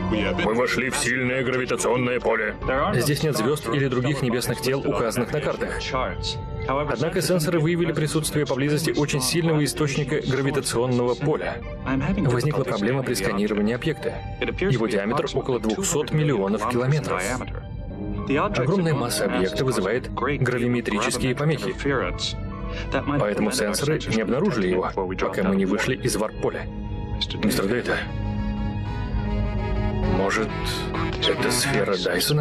Мы вошли в сильное гравитационное поле. Здесь нет звезд или других небесных тел, указанных на картах. Однако сенсоры выявили присутствие поблизости очень сильного источника гравитационного поля. Возникла проблема при сканировании объекта. Его диаметр около 200 миллионов километров. Огромная масса объекта вызывает гравиметрические помехи. Поэтому сенсоры не обнаружили его, пока мы не вышли из варп-поля. Мистер Дейта, может, это сфера Дайсона?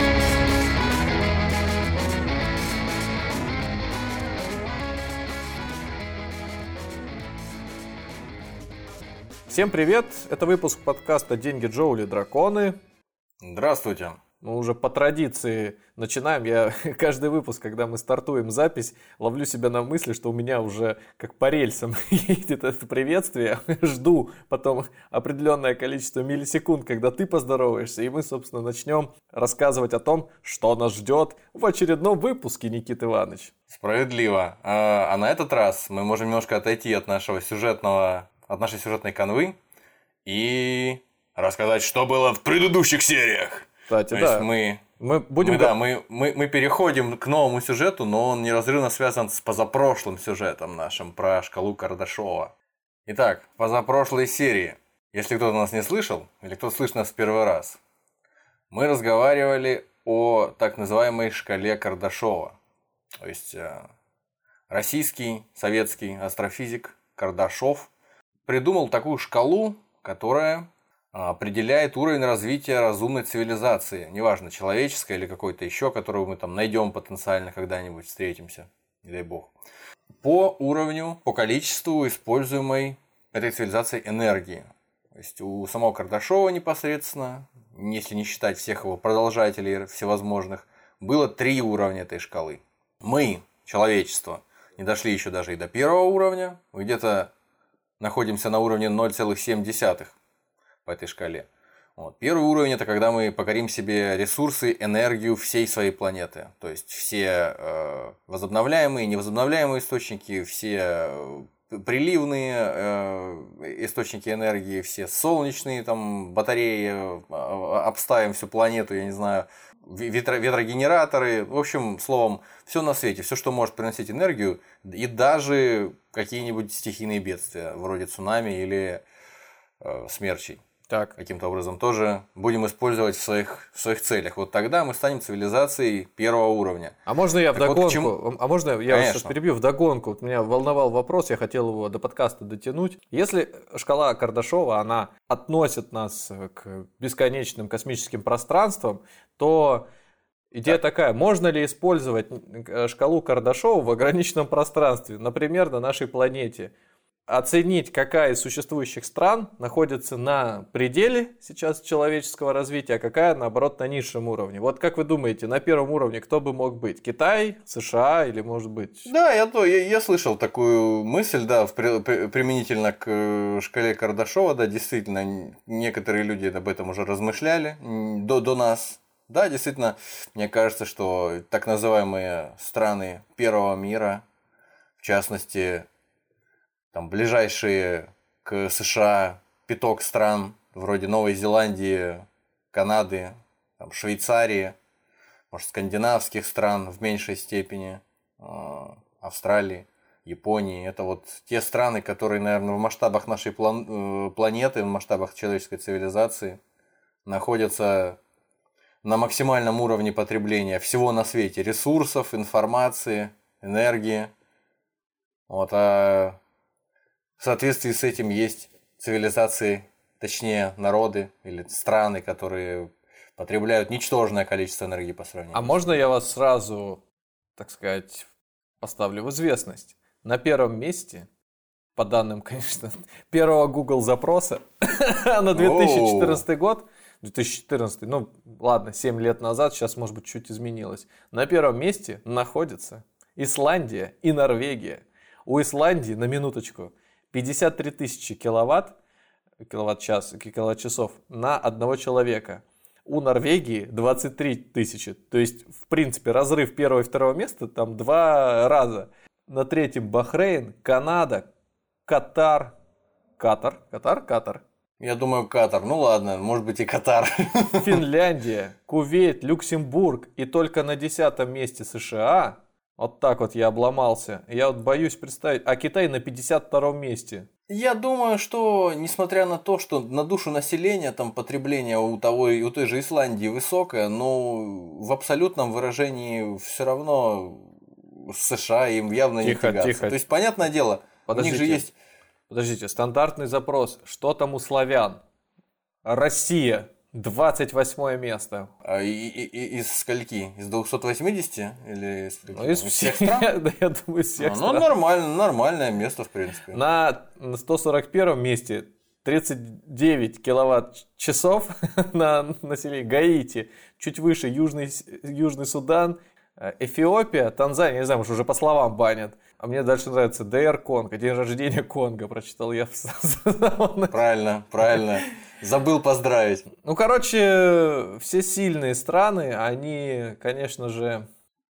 Всем привет! Это выпуск подкаста «Деньги, Джоули, драконы». Здравствуйте. Мы уже по традиции начинаем. Я каждый выпуск, когда мы стартуем запись, ловлю себя на мысли, что у меня уже как по рельсам едет это приветствие. Жду потом определенное количество миллисекунд, когда ты поздороваешься, и мы, собственно, начнем рассказывать о том, что нас ждет в очередном выпуске, Никита Иванович. Справедливо. А на этот раз мы можем немножко отойти от нашей сюжетной канвы и рассказать, что было в предыдущих сериях. Кстати, То да. есть мы переходим к новому сюжету, но он неразрывно связан с позапрошлым сюжетом нашим про шкалу Кардашова. Итак, в позапрошлой серии, если кто-то нас не слышал, или кто слышит нас в первый раз, мы разговаривали о так называемой шкале Кардашова. То есть российский, советский астрофизик Кардашов придумал такую шкалу, которая определяет уровень развития разумной цивилизации, неважно, человеческой или какой-то еще, которую мы там найдем потенциально когда-нибудь, встретимся, не дай бог, по уровню, по количеству используемой этой цивилизацией энергии. То есть у самого Кардашова непосредственно, если не считать всех его продолжателей всевозможных, было 3 уровня этой шкалы. Мы, человечество, не дошли еще даже и до первого уровня, мы где-то находимся на уровне 0,7 по этой шкале. Первый уровень – это когда мы покорим себе ресурсы, энергию всей своей планеты. То есть все возобновляемые, невозобновляемые источники, все приливные источники энергии, все солнечные там, батареи, обставим всю планету, я не знаю, ветрогенераторы, в общем, словом, все на свете, все, что может приносить энергию, и даже какие-нибудь стихийные бедствия, вроде цунами или смерчей. Так. Каким-то образом тоже будем использовать в своих целях. Вот тогда мы станем цивилизацией первого уровня. А можно я вдогонку? Вот А можно я вас сейчас перебью вдогонку? Вот меня волновал вопрос, я хотел его до подкаста дотянуть. Если шкала Кардашова, она относит нас к бесконечным космическим пространствам, то идея такая: можно ли использовать шкалу Кардашова в ограниченном пространстве, например, на нашей планете? Оценить, какая из существующих стран находится на пределе сейчас человеческого развития, а какая, наоборот, на низшем уровне. Вот как вы думаете, на первом уровне кто бы мог быть? Китай, США или, может быть... Да, я слышал такую мысль, да, применительно к шкале Кардашова, да, действительно, некоторые люди об этом уже размышляли до нас. Да, действительно, мне кажется, что так называемые страны первого мира, в частности... Там ближайшие к США пяток стран, вроде Новой Зеландии, Канады, там, Швейцарии, может, скандинавских стран в меньшей степени, Австралии, Японии. Это вот те страны, которые, наверное, в масштабах нашей планеты, в масштабах человеческой цивилизации находятся на максимальном уровне потребления всего на свете. Ресурсов, информации, энергии. В соответствии с этим есть цивилизации, точнее народы или страны, которые потребляют ничтожное количество энергии по сравнению. А можно я вас сразу, так сказать, поставлю в известность? На первом месте, по данным, конечно, первого Google запроса на 2014 год, 2014, ну ладно, 7 лет назад, сейчас, может быть, чуть изменилось. На первом месте находятся Исландия и Норвегия. У Исландии, на минуточку, 53 тысячи киловатт-часов на одного человека. У Норвегии 23 тысячи. То есть, в принципе, разрыв первого и второго места там 2 раза. На третьем Бахрейн, Канада, Катар. Я думаю, Катар. Ну ладно, может быть и Катар. Финляндия, Кувейт, Люксембург и только на 10-м месте США. Вот так вот я обломался. Я вот боюсь представить. А Китай на 52-м месте. Я думаю, что несмотря на то, что на душу населения там потребление у той же Исландии высокое, но в абсолютном выражении все равно с США им явно не тягаться. То есть, понятное дело, у них же есть... Подождите, стандартный запрос. Что там у славян? Россия. 28 место. А из скольки? Из 280? Или из скольки? Из всех стран? Да, я думаю, из всех стран. Нормальное место, в принципе. На 141 месте 39 киловатт-часов на население. Гаити. Чуть выше Южный Судан. Эфиопия, Танзания, не знаю, может уже по словам банят. А мне дальше нравится ДР Конго, день рождения Конго, прочитал я. Правильно. Забыл поздравить. Ну, короче, все сильные страны, они, конечно же,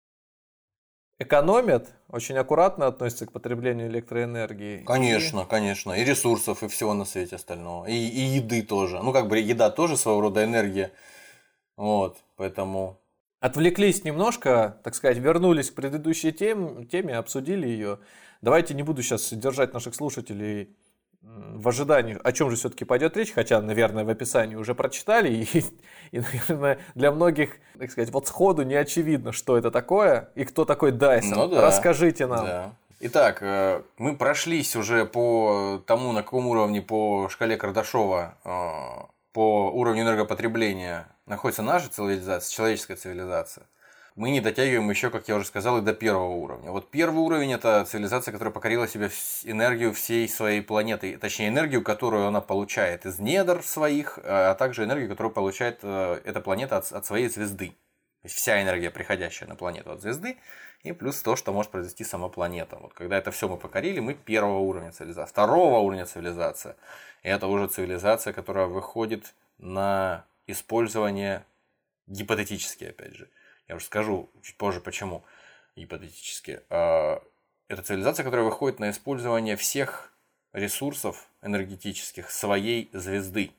экономят, очень аккуратно относятся к потреблению электроэнергии. Конечно. И ресурсов, и всего на свете остального. И еды тоже. Ну, как бы еда тоже своего рода энергия. Вот, поэтому... Отвлеклись немножко, так сказать, вернулись к предыдущей теме, обсудили ее. Давайте не буду сейчас держать наших слушателей в ожидании, о чем же все-таки пойдет речь, хотя, наверное, в описании уже прочитали, и, наверное, для многих, так сказать, вот сходу не очевидно, что это такое и кто такой Дайсон. Ну, да. Расскажите нам. Да. Итак, мы прошлись уже по тому, на каком уровне по шкале Кардашова по уровню энергопотребления находится наша цивилизация, человеческая цивилизация. Мы не дотягиваем еще, как я уже сказал, и до первого уровня. Вот первый уровень – это цивилизация, которая покорила себе энергию всей своей планеты. Точнее, энергию, которую она получает из недр своих, а также энергию, которую получает эта планета от своей звезды. То есть вся энергия, приходящая на планету от звезды, и плюс то, что может произвести сама планета. Вот когда это все мы покорили, мы первого уровня цивилизации. Второго уровня цивилизация – это уже цивилизация, которая выходит на использование гипотетически, опять же. Я уже скажу чуть позже, почему гипотетически. Это цивилизация, которая выходит на использование всех ресурсов энергетических своей звезды.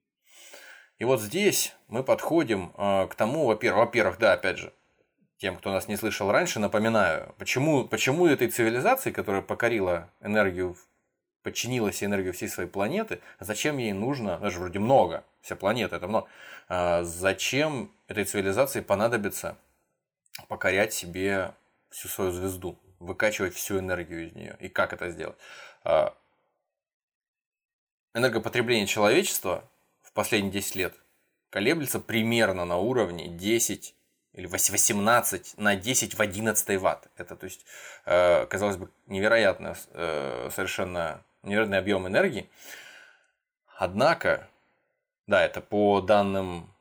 И вот здесь мы подходим к тому, во-первых, да, опять же, тем, кто нас не слышал раньше, напоминаю, почему этой цивилизации, которая покорила энергию, подчинилась энергию всей своей планеты, зачем ей нужно, даже вроде много, вся планета это много, зачем этой цивилизации понадобится покорять себе всю свою звезду, выкачивать всю энергию из нее. И как это сделать? Энергопотребление человечества в последние 10 лет колеблется примерно на уровне 10 или 18 на 10 в 11 ватт. Это, то есть, казалось бы, совершенно невероятный объем энергии. Однако, да, это по данным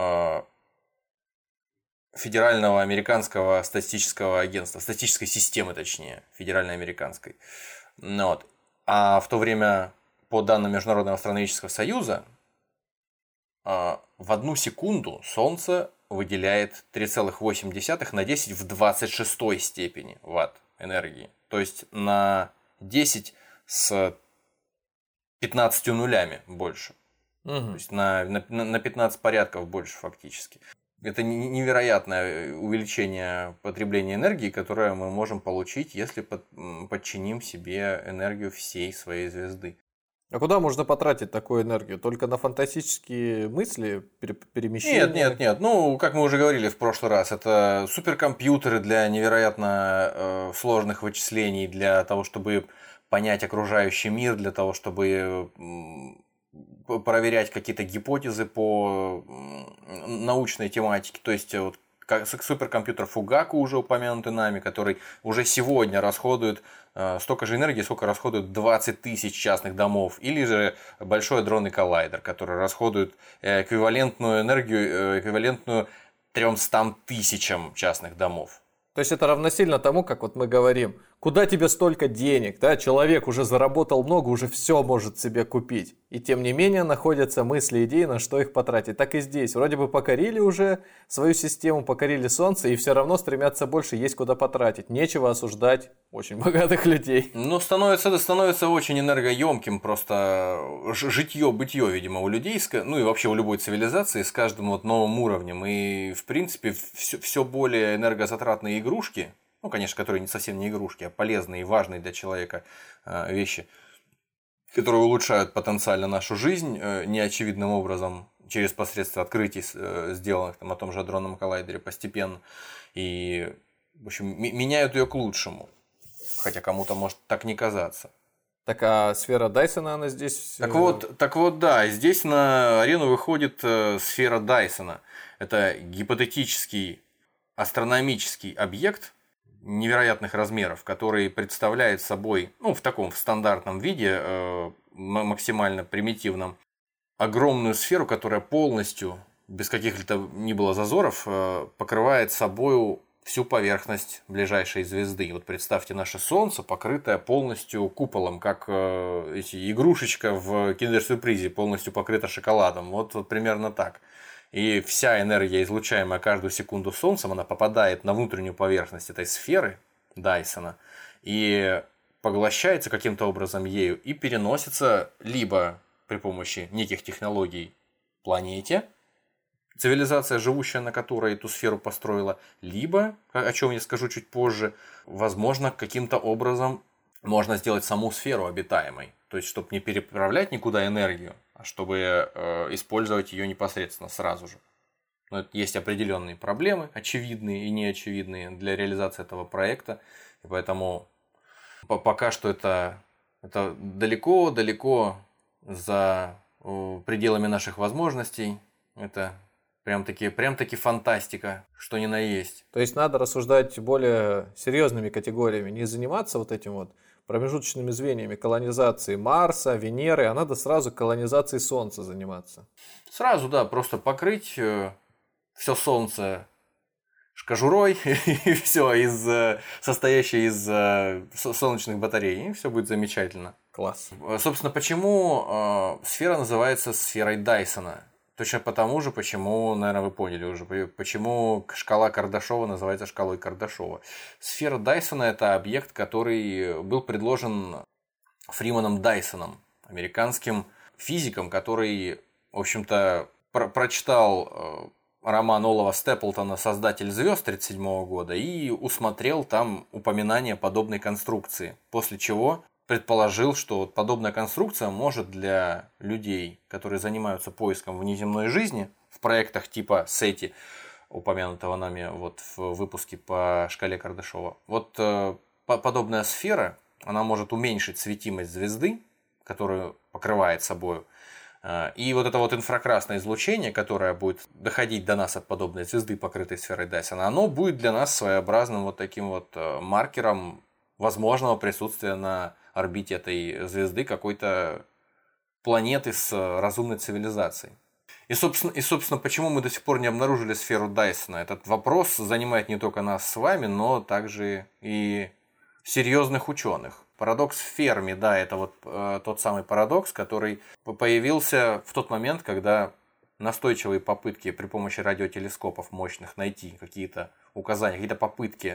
Федерального американского статистического агентства, статистической системы, точнее, федерально-американской. Вот. А в то время, по данным Международного астрономического союза, в 1 секунду Солнце выделяет 3,8 на 10 в 26 степени ватт энергии. То есть на 10 с 15 нулями больше. То есть на 15 порядков больше фактически. Это невероятное увеличение потребления энергии, которое мы можем получить, если подчиним себе энергию всей своей звезды. А куда можно потратить такую энергию? Только на фантастические мысли, перемещения? Нет. Ну, как мы уже говорили в прошлый раз, это суперкомпьютеры для невероятно сложных вычислений, для того, чтобы понять окружающий мир, для того, чтобы проверять какие-то гипотезы по научной тематике. То есть, вот, суперкомпьютер Фугаку, уже упомянутый нами, который уже сегодня расходует столько же энергии, сколько расходует 20 тысяч частных домов. Или же Большой адронный коллайдер, который расходует эквивалентную энергию, эквивалентную 300 тысячам частных домов. То есть это равносильно тому, как вот мы говорим, Куда тебе столько денег, да? Человек уже заработал много, уже все может себе купить. И тем не менее находятся мысли, идеи, на что их потратить. Так и здесь. Вроде бы покорили уже свою систему, покорили Солнце, и все равно стремятся больше, есть куда потратить. Нечего осуждать очень богатых людей. Ну, становится очень энергоемким просто житье-бытие, видимо, у людей, ну и вообще у любой цивилизации с каждым вот новым уровнем. И, в принципе, все более энергозатратные игрушки, ну, конечно, которые не совсем не игрушки, а полезные и важные для человека вещи, которые улучшают потенциально нашу жизнь неочевидным образом через посредство открытий, сделанных там, на том же адронном коллайдере постепенно. И, в общем, меняют ее к лучшему. Хотя кому-то может так не казаться. Так, а сфера Дайсона, она здесь... Так вот, да, здесь на арену выходит сфера Дайсона. Это гипотетический астрономический объект невероятных размеров, который представляет собой, ну, в стандартном виде, максимально примитивном, огромную сферу, которая полностью, без каких-либо ни было зазоров, покрывает собою всю поверхность ближайшей звезды. Вот представьте наше Солнце, покрытое полностью куполом, как игрушечка в киндер-сюрпризе, полностью покрыта шоколадом. Вот примерно так. И вся энергия, излучаемая каждую секунду Солнцем, она попадает на внутреннюю поверхность этой сферы Дайсона и поглощается каким-то образом ею и переносится либо при помощи неких технологий планете, цивилизация, живущая на которой эту сферу построила, либо, о чем я скажу чуть позже, возможно, каким-то образом можно сделать саму сферу обитаемой. То есть, чтобы не переправлять никуда энергию, а чтобы использовать ее непосредственно сразу же. Но есть определенные проблемы, очевидные и неочевидные для реализации этого проекта. И поэтому пока что это далеко за пределами наших возможностей. Это прям-таки фантастика, что ни на есть. То есть надо рассуждать более серьезными категориями, не заниматься вот этим вот промежуточными звеньями колонизации Марса, Венеры, а надо сразу колонизацией Солнца заниматься. Сразу, да, просто покрыть все Солнце кожурой и все состоящее из солнечных батарей, и все будет замечательно. Класс. Собственно, почему сфера называется сферой Дайсона? Точно потому же, почему, наверное, вы поняли уже, почему шкала Кардашова называется шкалой Кардашова. Сфера Дайсона – это объект, который был предложен Фриманом Дайсоном, американским физиком, который, в общем-то, прочитал роман Олова Степлтона «Создатель звезд» 1937 года и усмотрел там упоминание подобной конструкции, после чего предположил, что подобная конструкция может для людей, которые занимаются поиском внеземной жизни в проектах типа SETI, упомянутого нами вот в выпуске по шкале Кардашова, вот подобная сфера, она может уменьшить светимость звезды, которую покрывает собой, и вот это вот инфракрасное излучение, которое будет доходить до нас от подобной звезды, покрытой сферой Дайсона, оно будет для нас своеобразным вот таким вот маркером возможного присутствия на орбите этой звезды какой-то планеты с разумной цивилизацией. И, собственно, почему мы до сих пор не обнаружили сферу Дайсона? Этот вопрос занимает не только нас с вами, но также и серьезных ученых. Парадокс Ферми, да, это вот тот самый парадокс, который появился в тот момент, когда настойчивые попытки при помощи радиотелескопов мощных найти какие-то указания, какие-то попытки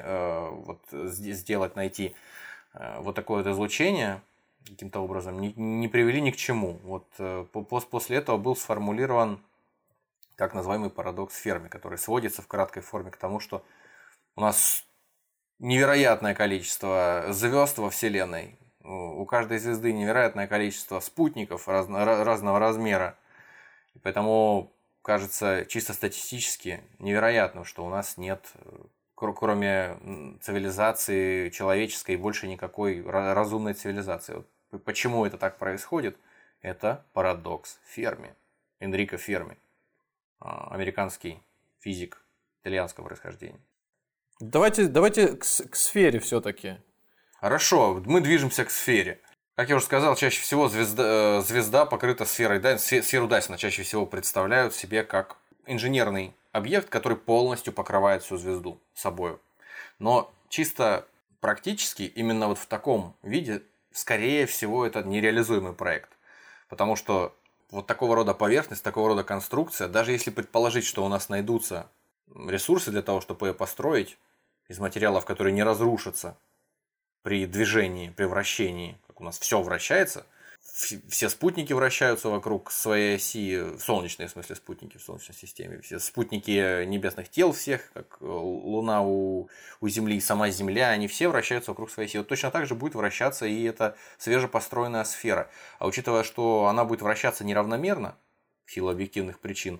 найти вот такое вот излучение каким-то образом не привели ни к чему. Вот после этого был сформулирован так называемый парадокс Ферми, который сводится в краткой форме к тому, что у нас невероятное количество звезд во Вселенной, у каждой звезды невероятное количество спутников разного размера, и поэтому кажется чисто статистически невероятным, что у нас нет, кроме цивилизации человеческой, больше никакой разумной цивилизации. Вот почему это так происходит? Это парадокс Ферми. Энрико Ферми, американский физик итальянского происхождения. Давайте к сфере все-таки. Хорошо, мы движемся к сфере. Как я уже сказал, чаще всего звезда покрыта сферой Дайсона. Сферу Дайсона чаще всего представляют себе как инженерный объект, который полностью покрывает всю звезду собой. Но чисто практически именно вот в таком виде, скорее всего, это нереализуемый проект. Потому что вот такого рода поверхность, такого рода конструкция, даже если предположить, что у нас найдутся ресурсы для того, чтобы ее построить из материалов, которые не разрушатся при движении, при вращении, как у нас все вращается, все спутники вращаются вокруг своей оси, солнечные, в смысле, спутники в Солнечной системе, все спутники небесных тел всех, как Луна у Земли, сама Земля, они все вращаются вокруг своей оси. Вот точно так же будет вращаться и эта свежепостроенная сфера. А учитывая, что она будет вращаться неравномерно, в силу объективных причин,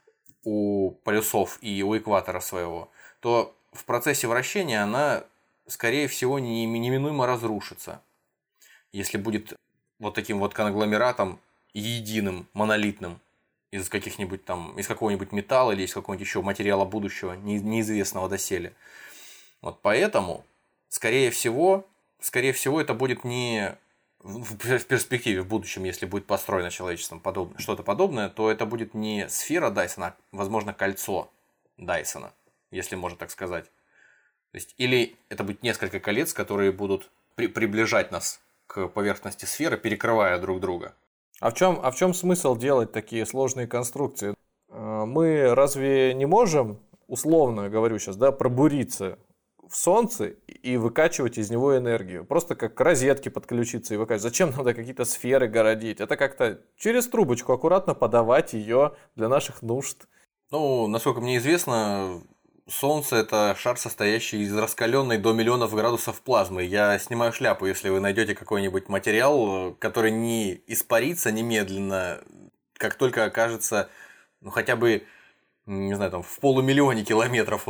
у полюсов и у экватора своего, то в процессе вращения она, скорее всего, неминуемо разрушится. Если будет вот таким вот конгломератом единым, монолитным, из каких-нибудь там, из какого-нибудь металла или из какого-нибудь еще материала будущего, неизвестного доселе. Вот поэтому, скорее всего, это будет не в перспективе, в будущем, если будет построено человечеством что-то подобное, то это будет не сфера Дайсона, а, возможно, кольцо Дайсона, если можно так сказать. То есть, или это будет несколько колец, которые будут приближать нас к поверхности сферы, перекрывая друг друга. А в чем смысл делать такие сложные конструкции? Мы разве не можем, условно говорю сейчас, да, пробуриться в Солнце и выкачивать из него энергию? Просто как к розетке подключиться и выкачивать. Зачем надо какие-то сферы городить? Это как-то через трубочку аккуратно подавать ее для наших нужд. Ну, насколько мне известно, Солнце – это шар, состоящий из раскаленной до миллионов градусов плазмы. Я снимаю шляпу, если вы найдете какой-нибудь материал, который не испарится немедленно, как только окажется, ну, хотя бы, не знаю, там, в полумиллионе километров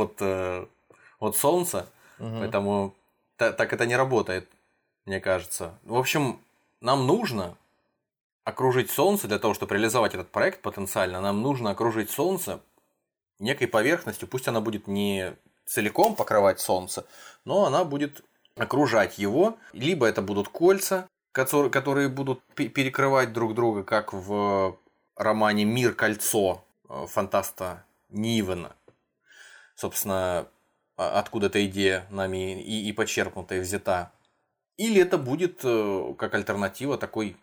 от Солнца. Угу. Поэтому так это не работает, мне кажется. В общем, нам нужно окружить Солнце для того, чтобы реализовать этот проект потенциально. Нам нужно окружить Солнце некой поверхностью, пусть она будет не целиком покрывать Солнце, но она будет окружать его. Либо это будут кольца, которые будут перекрывать друг друга, как в романе «Мир. Кольцо» фантаста Нивена. Собственно, откуда эта идея нами и почерпнута, и взята. Или это будет, как альтернатива, такой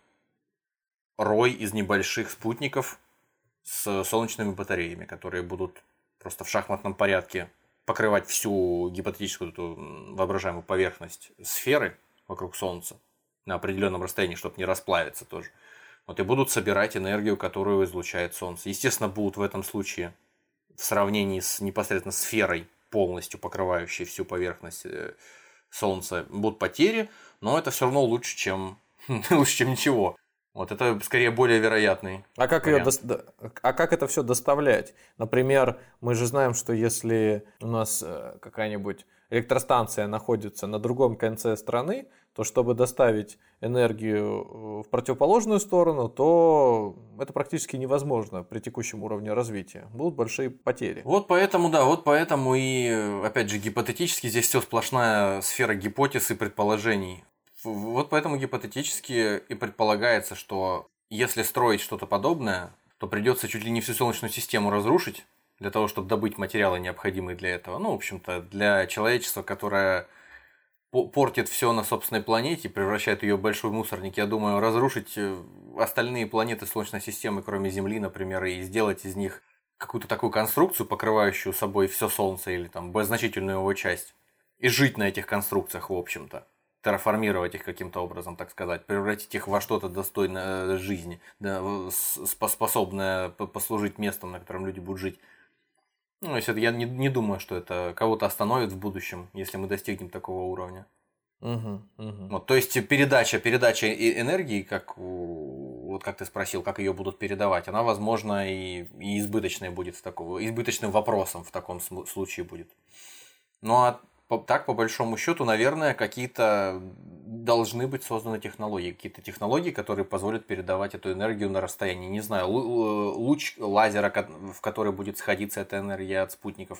рой из небольших спутников с солнечными батареями, которые будут просто в шахматном порядке покрывать всю гипотетическую эту воображаемую поверхность сферы вокруг Солнца на определенном расстоянии, чтобы не расплавиться тоже. Вот и будут собирать энергию, которую излучает Солнце. Естественно, будут в этом случае в сравнении с непосредственно сферой, полностью покрывающей всю поверхность Солнца, будут потери, но это все равно лучше, чем ничего. Вот это скорее более вероятный вариант. А как это все доставлять? Например, мы же знаем, что если у нас какая-нибудь электростанция находится на другом конце страны, то чтобы доставить энергию в противоположную сторону, то это практически невозможно при текущем уровне развития. Будут большие потери. Вот поэтому и, опять же, гипотетически здесь все сплошная сфера гипотез и предположений. Вот поэтому гипотетически и предполагается, что если строить что-то подобное, то придется чуть ли не всю Солнечную систему разрушить для того, чтобы добыть материалы, необходимые для этого. Ну, в общем-то, для человечества, которое портит все на собственной планете, превращает ее в большой мусорник, я думаю, разрушить остальные планеты Солнечной системы, кроме Земли, например, и сделать из них какую-то такую конструкцию, покрывающую собой все Солнце или там значительную его часть, и жить на этих конструкциях, в общем-то. Терраформировать их каким-то образом, так сказать, превратить их во что-то достойное жизни, да, способное послужить местом, на котором люди будут жить. Ну, если я не думаю, что это кого-то остановит в будущем, если мы достигнем такого уровня. Вот, то есть передача энергии, вот как ты спросил, как ее будут передавать, она, возможно, и избыточной будет избыточным вопросом в таком случае будет. Ну а так, по большому счету, наверное, какие-то должны быть созданы технологии. Какие-то технологии, которые позволят передавать эту энергию на расстоянии. Не знаю, луч лазера, в который будет сходиться эта энергия от спутников.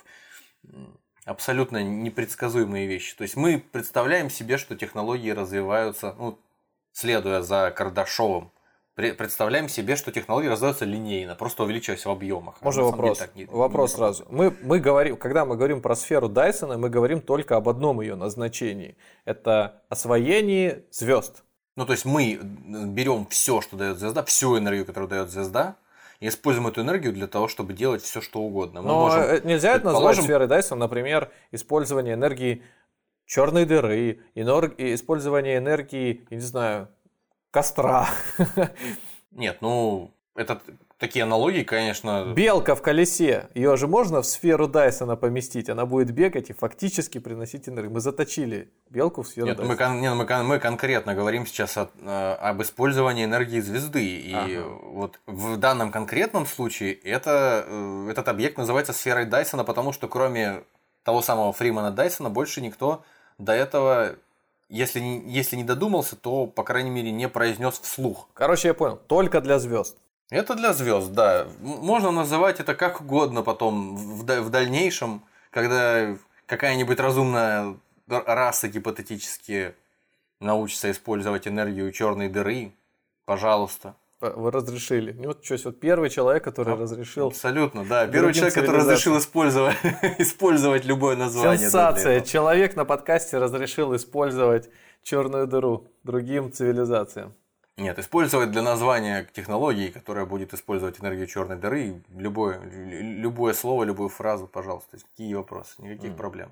Абсолютно непредсказуемые вещи. То есть мы представляем себе, что технологии развиваются, следуя за Кардашовым, представляем себе, что технологии развиваются линейно, просто увеличиваясь в объемах. Можно вопрос? Вопрос сразу. Мы говорим, когда мы говорим про сферу Дайсона, мы говорим только об одном ее назначении. Это освоение звезд. Ну, то есть мы берем все, что дает звезда, всю энергию, которую дает звезда, и используем эту энергию для того, чтобы делать все, что угодно. Но нельзя это назвать сферой Дайсона, например, использование энергии черной дыры, использование энергии, я не знаю, костра. Нет, ну, это такие аналогии, конечно. Белка в колесе, ее же можно в сферу Дайсона поместить, она будет бегать и фактически приносить энергию. Мы заточили белку в сферу Дайсона. Мы конкретно говорим сейчас об использовании энергии звезды. И вот в данном конкретном случае этот объект называется сферой Дайсона, потому что кроме того самого Фримана Дайсона больше никто до этого... Если не додумался, то, по крайней мере, не произнес вслух. Короче, я понял. Только для звезд. Это для звезд, да. Можно называть это как угодно потом, в дальнейшем, когда какая-нибудь разумная раса гипотетически научится использовать энергию черной дыры. Пожалуйста. Вы разрешили. Вот что, вот первый человек, который разрешил. Абсолютно, да. Первый человек, который разрешил использовать любое название. Сенсация. Человек на подкасте разрешил использовать черную дыру другим цивилизациям. Нет, использовать для названия технологии, которая будет использовать энергию черной дыры, любое слово, любую фразу, пожалуйста. Какие вопросы? Никаких проблем.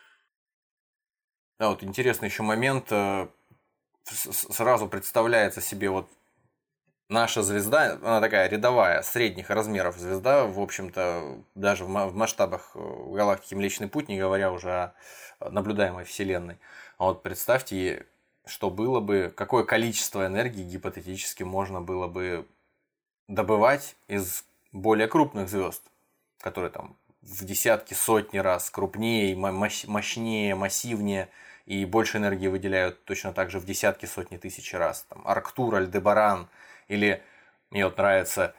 Да, вот интересный еще момент. Сразу представляется себе вот наша звезда, она такая рядовая, средних размеров звезда, в общем-то, даже в масштабах галактики Млечный Путь, не говоря уже о наблюдаемой Вселенной. А вот представьте, что было бы, какое количество энергии гипотетически можно было бы добывать из более крупных звезд, которые там в десятки, сотни раз крупнее, мощнее, массивнее и больше энергии выделяют точно так же в десятки, сотни тысяч раз. Там Арктур, Альдебаран. Или мне вот нравится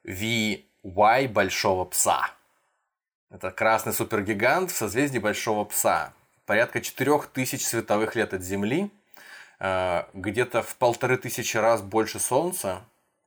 VY Большого Пса. Это красный супергигант в созвездии Большого Пса. Порядка 4000 световых лет от Земли. Где-то в 1500 раз больше Солнца.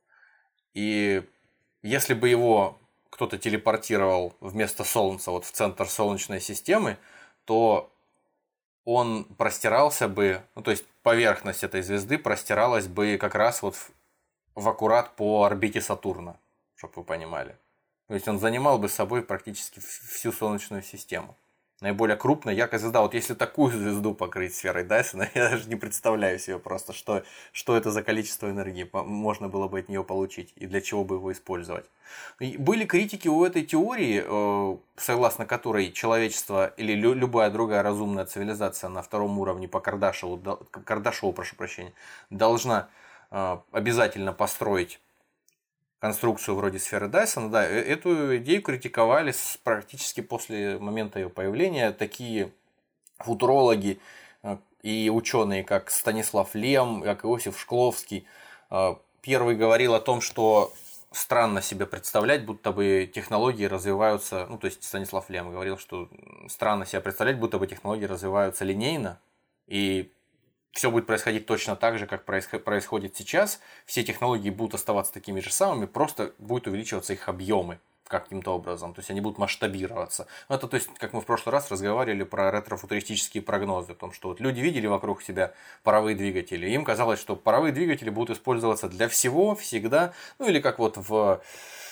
И если бы его кто-то телепортировал вместо Солнца вот в центр Солнечной системы, то он простирался бы, ну то есть поверхность этой звезды простиралась бы как раз вот в аккурат по орбите Сатурна, чтобы вы понимали. То есть он занимал бы собой практически всю Солнечную систему. Наиболее крупная, яркая звезда. Вот если такую звезду покрыть сферой Дайсона, я даже не представляю себе просто, что это за количество энергии можно было бы от нее получить и для чего бы его использовать. И были критики у этой теории, согласно которой человечество или любая другая разумная цивилизация на втором уровне по Кардашову, прошу прощения, должна обязательно построить конструкцию вроде сферы Дайсона. Да, эту идею критиковали практически после момента ее появления. Такие футурологи и ученые, как Станислав Лем, как Иосиф Шкловский. Первый говорил о том, что странно себе представлять, будто бы технологии развиваются... Ну, то есть Станислав Лем говорил, что странно себе представлять, будто бы технологии развиваются линейно, и все будет происходить точно так же, как происходит сейчас. Все технологии будут оставаться такими же самыми, просто будут увеличиваться их объемы каким-то образом. То есть они будут масштабироваться. Это, то есть, как мы в прошлый раз разговаривали про ретрофутуристические прогнозы, о том, что вот люди видели вокруг себя паровые двигатели, и им казалось, что паровые двигатели будут использоваться для всего, всегда. Ну или как вот в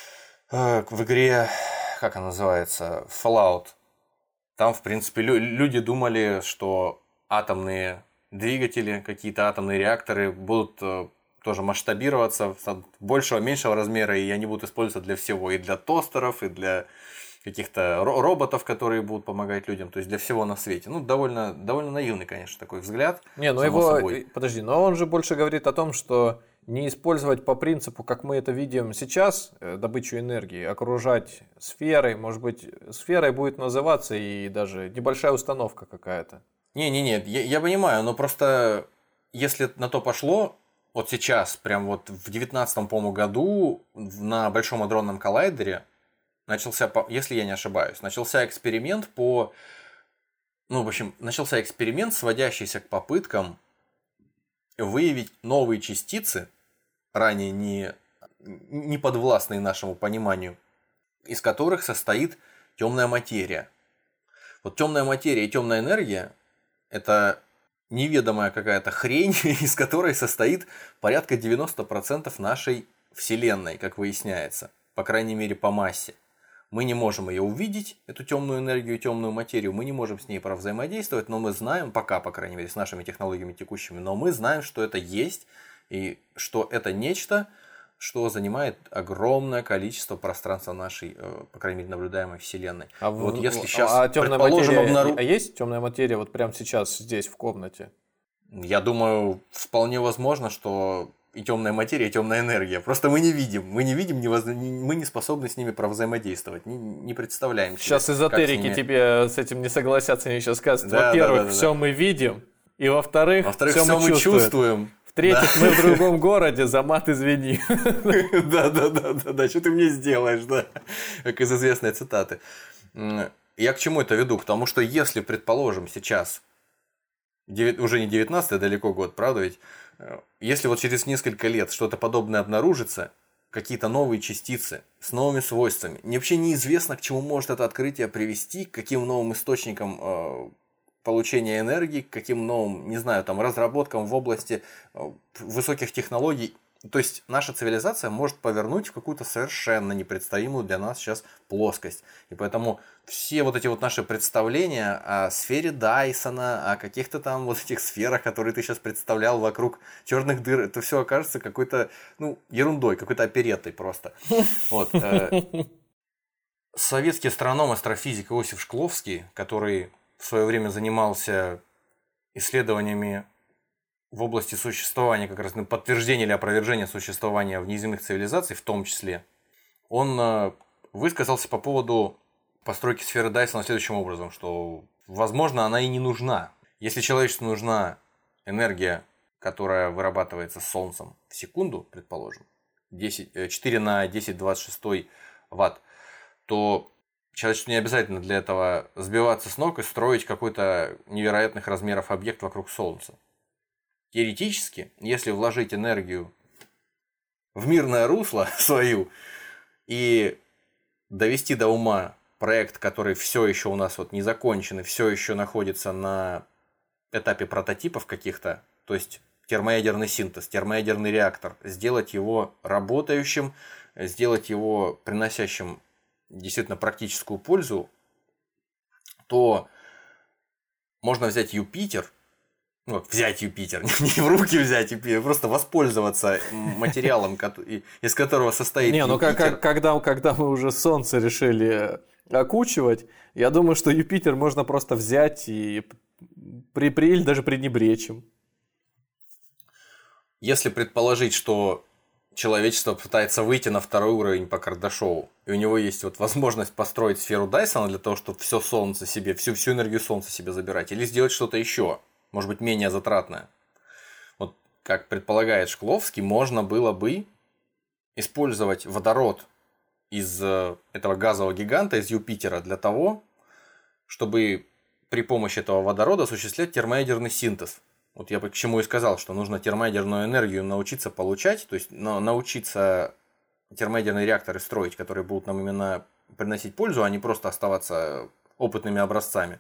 игре, как она называется, Fallout. Там, в принципе, люди думали, что атомные двигатели, какие-то атомные реакторы будут тоже масштабироваться большего, меньшего размера, и они будут использоваться для всего, и для тостеров, и для каких-то роботов, которые будут помогать людям, то есть для всего на свете. Ну, довольно наивный, конечно, такой взгляд. Не, ну его, подожди, но он же больше говорит о том, что не использовать по принципу, как мы это видим сейчас, добычу энергии, окружать сферой, может быть, сферой будет называться и даже небольшая установка какая-то. Не, я понимаю, но просто если на то пошло, вот сейчас, прям вот в 19-м, по-моему, году на Большом адронном коллайдере начался, если я не ошибаюсь, начался эксперимент начался эксперимент, сводящийся к попыткам выявить новые частицы ранее не подвластные нашему пониманию, из которых состоит темная материя. Вот темная материя и темная энергия – это неведомая какая-то хрень, из которой состоит порядка 90% нашей Вселенной, как выясняется, по крайней мере по массе. Мы не можем ее увидеть, эту темную энергию, темную материю, мы не можем с ней взаимодействовать, но мы знаем, пока, по крайней мере, с нашими технологиями текущими, но мы знаем, что это есть, и что это нечто, что занимает огромное количество пространства нашей, по крайней мере, наблюдаемой Вселенной. Вот если сейчас, предположим, есть темная материя вот прямо сейчас здесь, в комнате? Я думаю, вполне возможно, что и темная материя, и темная энергия. Просто мы не видим, мы не способны с ними взаимодействовать, не представляем себе. Сейчас эзотерики тебе с этим не согласятся, они сейчас скажут, во-первых, все мы видим, и во-вторых, все мы чувствуем. В-третьих, мы в другом городе, за мат извини. Да, что ты мне сделаешь, да, как из известной цитаты. Я к чему это веду? К тому, что если, предположим, сейчас, уже не 19-й далеко год, правда ведь, если вот через несколько лет что-то подобное обнаружится, какие-то новые частицы с новыми свойствами, вообще неизвестно, к чему может это открытие привести, к каким новым источникам получения энергии, к каким новым, не знаю, там, разработкам в области высоких технологий. То есть наша цивилизация может повернуть в какую-то совершенно непредставимую для нас сейчас плоскость. И поэтому все вот эти вот наши представления о сфере Дайсона, о каких-то там вот этих сферах, которые ты сейчас представлял вокруг черных дыр, это все окажется какой-то, ерундой, какой-то опереттой просто. Вот. Советский астроном, астрофизик Иосиф Шкловский, который в свое время занимался исследованиями в области существования, как раз подтверждения или опровержения существования внеземных цивилизаций, в том числе, он высказался по поводу постройки сферы Дайсона следующим образом, что, возможно, она и не нужна. Если человечеству нужна энергия, которая вырабатывается Солнцем в секунду, предположим, 4 на 10-26 ватт, то человечеству не обязательно для этого сбиваться с ног и строить какой-то невероятных размеров объект вокруг Солнца. Теоретически, если вложить энергию в мирное русло свою и довести до ума проект, который все еще у нас не закончен и все еще находится на этапе прототипов каких-то, то есть термоядерный синтез, термоядерный реактор, сделать его работающим, сделать его приносящим действительно практическую пользу, то можно взять Юпитер, не в руки взять Юпитер, просто воспользоваться материалом, из которого состоит Юпитер. Когда мы уже Солнце решили окучивать, я думаю, что Юпитер можно просто взять и или даже пренебречь им. Если предположить, что человечество пытается выйти на второй уровень по Кардашову, и у него есть возможность построить сферу Дайсона для того, чтобы все Солнце себе, всю энергию Солнца себе забирать, или сделать что-то еще, может быть, менее затратное. Вот как предполагает Шкловский, можно было бы использовать водород из этого газового гиганта, из Юпитера, для того, чтобы при помощи этого водорода осуществлять термоядерный синтез. Вот я бы к чему и сказал, что нужно термоядерную энергию научиться получать, то есть научиться термоядерные реакторы строить, которые будут нам именно приносить пользу, а не просто оставаться опытными образцами.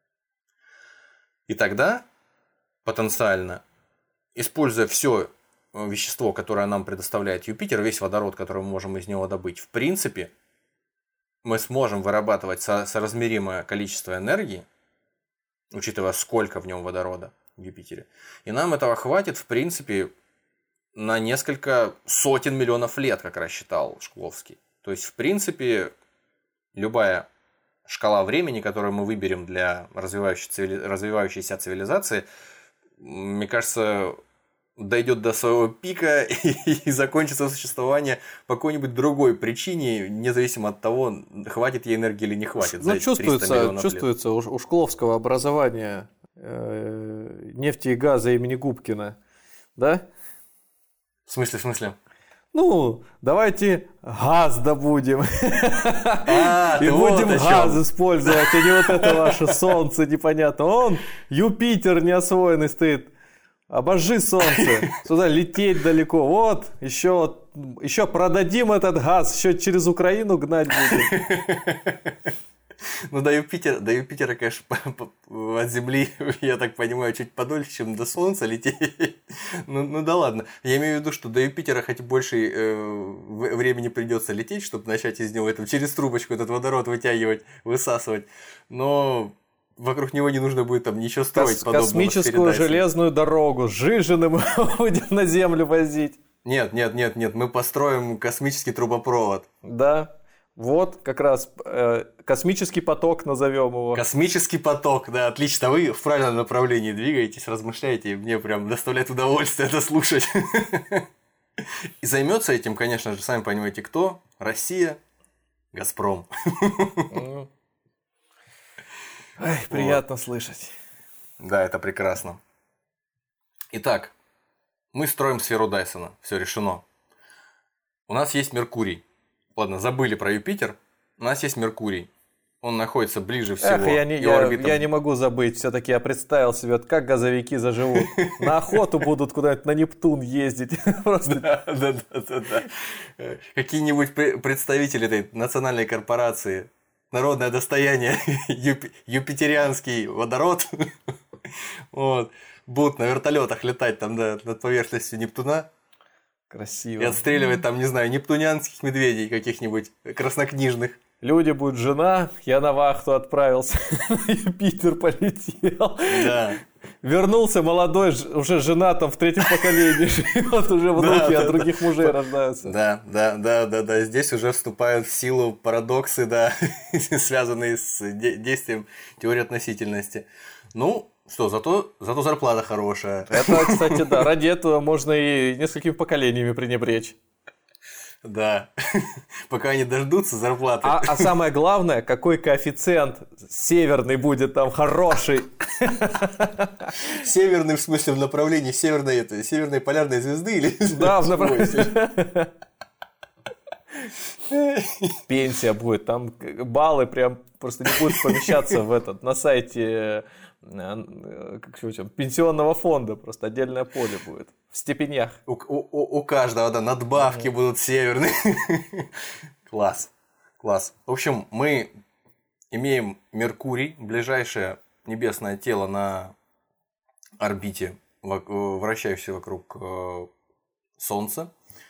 И тогда потенциально, используя все вещество, которое нам предоставляет Юпитер, весь водород, который мы можем из него добыть, в принципе, мы сможем вырабатывать соразмеримое количество энергии, учитывая, сколько в нем водорода в Юпитере. И нам этого хватит, в принципе, на несколько сотен миллионов лет, как рассчитал Шкловский. То есть, в принципе, любая шкала времени, которую мы выберем для развивающейся цивилизации, мне кажется, дойдет до своего пика и закончится существование по какой-нибудь другой причине, независимо от того, хватит ей энергии или не хватит. Чувствуется у Шкловского образования нефти и газа имени Губкина, да? В смысле? Давайте газ добудем. И будем газ использовать, а не это ваше Солнце непонятно. Юпитер неосвоенный стоит. Обожжи солнце. Сюда лететь далеко. Вот, еще продадим этот газ, еще через Украину гнать будем. Ну, до Юпитера, конечно, от Земли, я так понимаю, чуть подольше, чем до Солнца лететь. Ну да ладно. Я имею в виду, что до Юпитера хоть больше времени придется лететь, чтобы начать из него через трубочку этот водород вытягивать, высасывать. Но вокруг него не нужно будет там ничего строить подобного. Космическую железную дорогу с жижены мы будем на Землю возить. Нет, мы построим космический трубопровод. Да. Вот, как раз космический поток назовем его. Космический поток, да, отлично. Вы в правильном направлении двигаетесь, размышляете, мне прям доставляет удовольствие это слушать. И займется этим, конечно же, сами понимаете, кто? Россия, Газпром. Ай, приятно слышать. Да, это прекрасно. Итак, мы строим сферу Дайсона, все решено. У нас есть Меркурий. Ладно, забыли про Юпитер. У нас есть Меркурий. Он находится ближе всего. Эх, я не могу забыть. Все-таки я представил себе, вот как газовики заживут. На охоту будут куда-нибудь на Нептун ездить. Да. Какие-нибудь представители этой национальной корпорации, народное достояние, юпитерианский водород, вот, будут на вертолетах летать там над поверхностью Нептуна. Красиво. И отстреливать там, не знаю, нептунианских медведей каких-нибудь краснокнижных. Люди будут жена, я на вахту отправился, Юпитер полетел. Да. Вернулся молодой, уже женатым в третьем поколении живет, уже внуки от других мужей рождаются. Да. Здесь уже вступают в силу парадоксы, да, связанные с действием теории относительности. Ну, что, зато зарплата хорошая. Это, кстати, да, ради этого можно и несколькими поколениями пренебречь. Да, пока они дождутся зарплаты. А самое главное, какой коэффициент северный будет там хороший. Северный, в смысле, в направлении северной полярной звезды или... Да, в направлении. Пенсия будет, там баллы прям просто не будут помещаться на сайте пенсионного фонда, просто отдельное поле будет в степенях. У каждого, да, надбавки будут северные. Класс. В общем, мы имеем Меркурий, ближайшее небесное тело на орбите, вращающееся вокруг Солнца.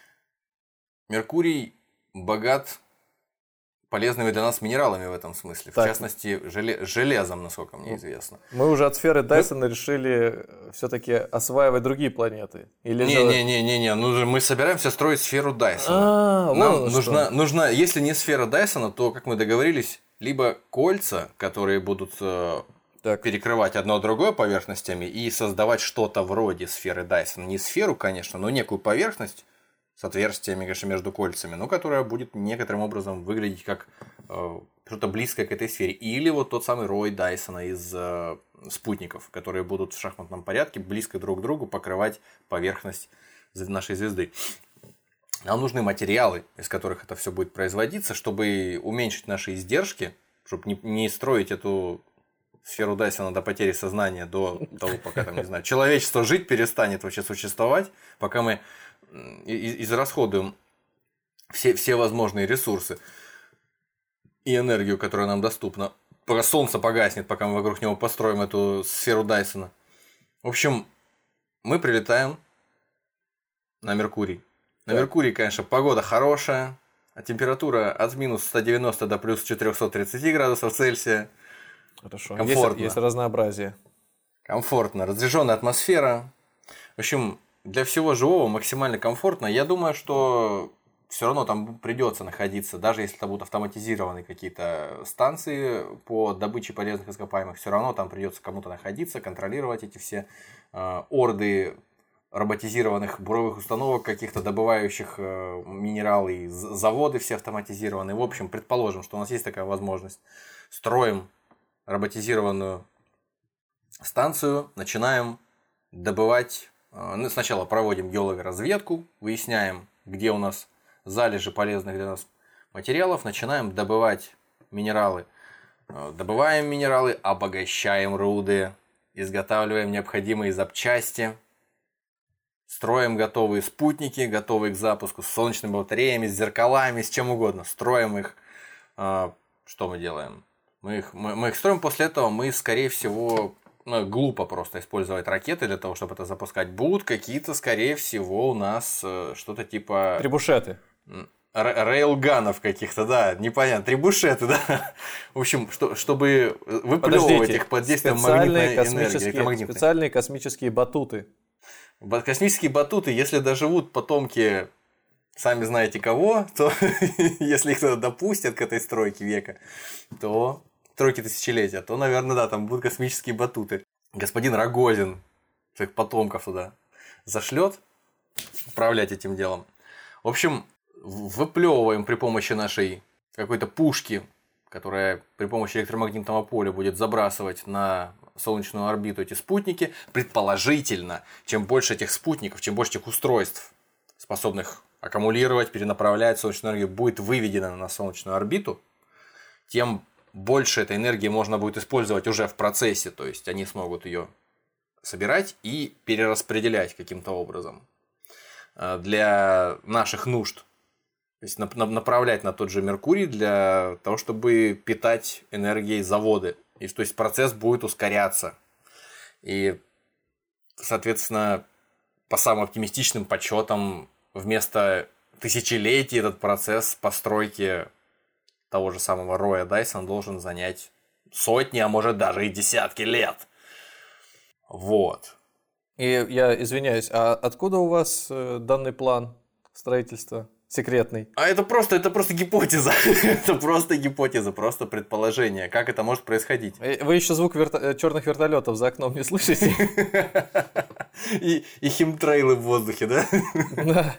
Меркурий богат полезными для нас минералами в этом смысле. Так. В частности, железом, насколько мне известно. Мы уже от сферы Дайсона решили все-таки осваивать другие планеты. Не. Ну, мы собираемся строить сферу Дайсона. Нам нужна, если не сфера Дайсона, то, как мы договорились, либо кольца, которые будут перекрывать одно другое поверхностями и создавать что-то вроде сферы Дайсона. Не сферу, конечно, но некую поверхность с отверстиями, конечно, между кольцами, но которая будет некоторым образом выглядеть как что-то близкое к этой сфере. Или вот тот самый рой Дайсона из спутников, которые будут в шахматном порядке близко друг к другу покрывать поверхность нашей звезды. Нам нужны материалы, из которых это все будет производиться, чтобы уменьшить наши издержки, чтобы не строить эту сферу Дайсона до потери сознания, до того, пока там, не знаю, человечество жить перестанет вообще существовать, пока мы израсходуем все возможные ресурсы и энергию, которая нам доступна, пока Солнце погаснет, пока мы вокруг него построим эту сферу Дайсона. В общем, мы прилетаем на Меркурий. На Меркурии, конечно, погода хорошая, а температура от минус 190 до плюс 430 градусов Цельсия. Хорошо. Комфортно. Есть разнообразие. Комфортно. Разряженная атмосфера. В общем, для всего живого максимально комфортно. Я думаю, что все равно там придется находиться, даже если это будут автоматизированные какие-то станции по добыче полезных ископаемых, все равно там придется кому-то находиться, контролировать эти все орды роботизированных буровых установок, каких-то добывающих минералы, заводы все автоматизированные. В общем, предположим, что у нас есть такая возможность. Строим роботизированную станцию, начинаем добывать. Сначала проводим геологоразведку, выясняем, где у нас залежи полезных для нас материалов, начинаем добывать минералы. Добываем минералы, обогащаем руды, изготавливаем необходимые запчасти, Строим готовые спутники, готовые к запуску, с солнечными батареями, с зеркалами, с чем угодно. Строим их. Что мы делаем? Мы их строим, после этого мы, скорее всего, глупо просто использовать ракеты для того, чтобы это запускать. Будут какие-то, скорее всего, у нас что-то типа... Трибушеты. Рейлганов каких-то, да, непонятно, трибушеты, да. В общем, чтобы выплевывать их под действием магнитной энергии. Специальные космические батуты. Космические батуты, если доживут потомки, сами знаете кого, то если их кто-то допустят к этой стройке века, то стройки тысячелетия, то, наверное, да, там будут космические батуты. Господин Рогозин своих потомков туда зашлет управлять этим делом. В общем, выплевываем при помощи нашей какой-то пушки, которая при помощи электромагнитного поля будет забрасывать на солнечную орбиту эти спутники. Предположительно, чем больше этих спутников, чем больше этих устройств, способных аккумулировать, перенаправлять солнечную энергию, будет выведено на солнечную орбиту, тем больше этой энергии можно будет использовать уже в процессе. То есть они смогут ее собирать и перераспределять каким-то образом для наших нужд. То есть направлять на тот же Меркурий для того, чтобы питать энергией заводы. И то есть процесс будет ускоряться. И, соответственно, по самым оптимистичным подсчетам, вместо тысячелетий этот процесс постройки того же самого роя Дайсон должен занять сотни, а может даже и десятки лет. Вот. И я извиняюсь, а откуда у вас данный план строительства? Секретный. А это просто гипотеза. Это просто гипотеза, просто предположение. Как это может происходить? Вы еще звук черных вертолетов за окном не слышите? И химтрейлы в воздухе, да? Да.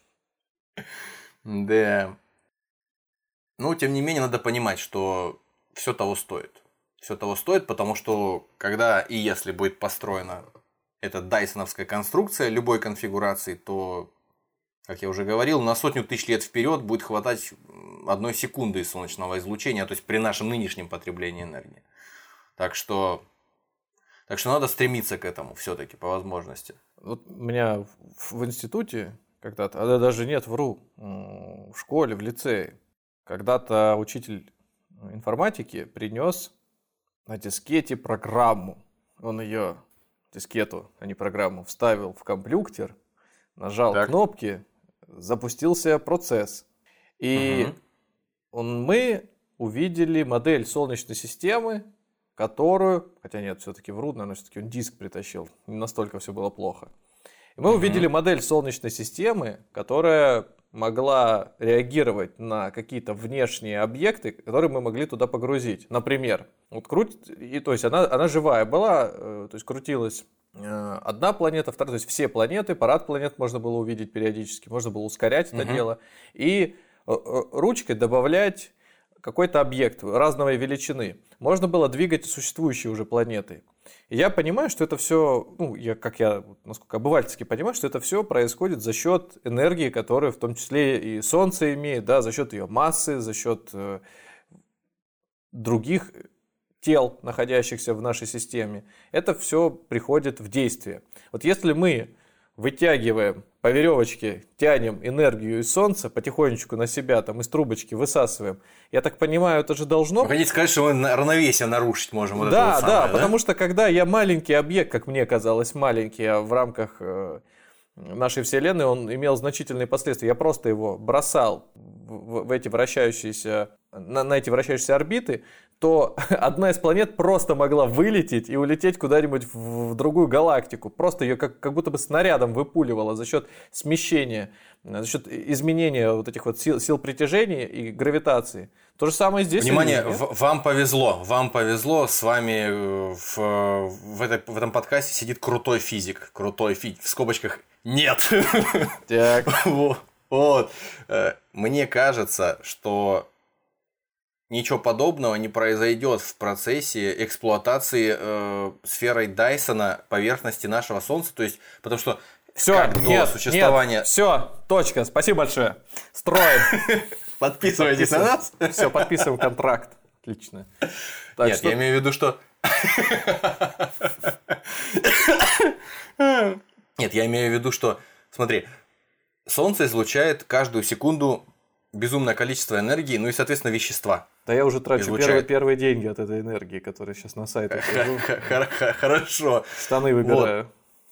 Да. Ну, тем не менее, надо понимать, что все того стоит. Все того стоит, потому что когда и если будет построена эта дайсоновская конструкция любой конфигурации, то, как я уже говорил, на 100 тысяч лет вперед будет хватать 1 секунды солнечного излучения, то есть при нашем нынешнем потреблении энергии. Так что надо стремиться к этому все-таки по возможности. Вот у меня в институте когда-то, а даже нет, вру, в школе, в лицее, когда-то учитель информатики принес на дискете программу. Он ее, дискету, а не программу, вставил в компьютер, нажал кнопки, запустился процесс. И мы увидели модель Солнечной системы, которую, хотя нет, все-таки вру, наверное, все-таки он диск притащил, не настолько все было плохо. И мы увидели модель Солнечной системы, которая могла реагировать на какие-то внешние объекты, которые мы могли туда погрузить. Например, вот то есть она живая была, то есть крутилась одна планета, вторая, то есть все планеты, парад планет можно было увидеть периодически, можно было ускорять это дело и ручкой добавлять какой-то объект разной величины. Можно было двигать существующие уже планеты. И я понимаю, что это все, насколько обывательски понимаю, что это все происходит за счет энергии, которую в том числе и Солнце имеет, да, за счет ее массы, за счет других тел, находящихся в нашей системе. Это все приходит в действие. Вот если мы вытягиваем по веревочке, тянем энергию из Солнца потихонечку на себя, там из трубочки высасываем, я так понимаю, это же должно... Вы хотите сказать, что мы равновесие нарушить можем? Вот да, это вот самое, да, потому что когда я маленький объект, как мне казалось, маленький, а в рамках нашей Вселенной он имел значительные последствия, я просто его бросал в эти вращающиеся, на эти вращающиеся орбиты, то одна из планет просто могла вылететь и улететь куда-нибудь в другую галактику. Просто ее как будто бы снарядом выпуливало за счет смещения, за счет изменения вот этих вот сил притяжения и гравитации. То же самое здесь. Внимание, вам повезло, с вами в этом подкасте сидит крутой физик, в скобочках нет. Так. Вот. Мне кажется, что ничего подобного не произойдет в процессе эксплуатации сферой Дайсона поверхности нашего Солнца. То есть, потому что существования... Все, точка. Спасибо большое. Строим. Подписывайтесь на нас. Все, подписываем контракт. Отлично. Нет, я имею в виду, что... Нет, я имею в виду, что, смотри, Солнце излучает каждую секунду безумное количество энергии, ну и, соответственно, вещества. Да я уже трачу первые деньги от этой энергии, которая сейчас на сайтах. Хорошо. Штаны выбираю.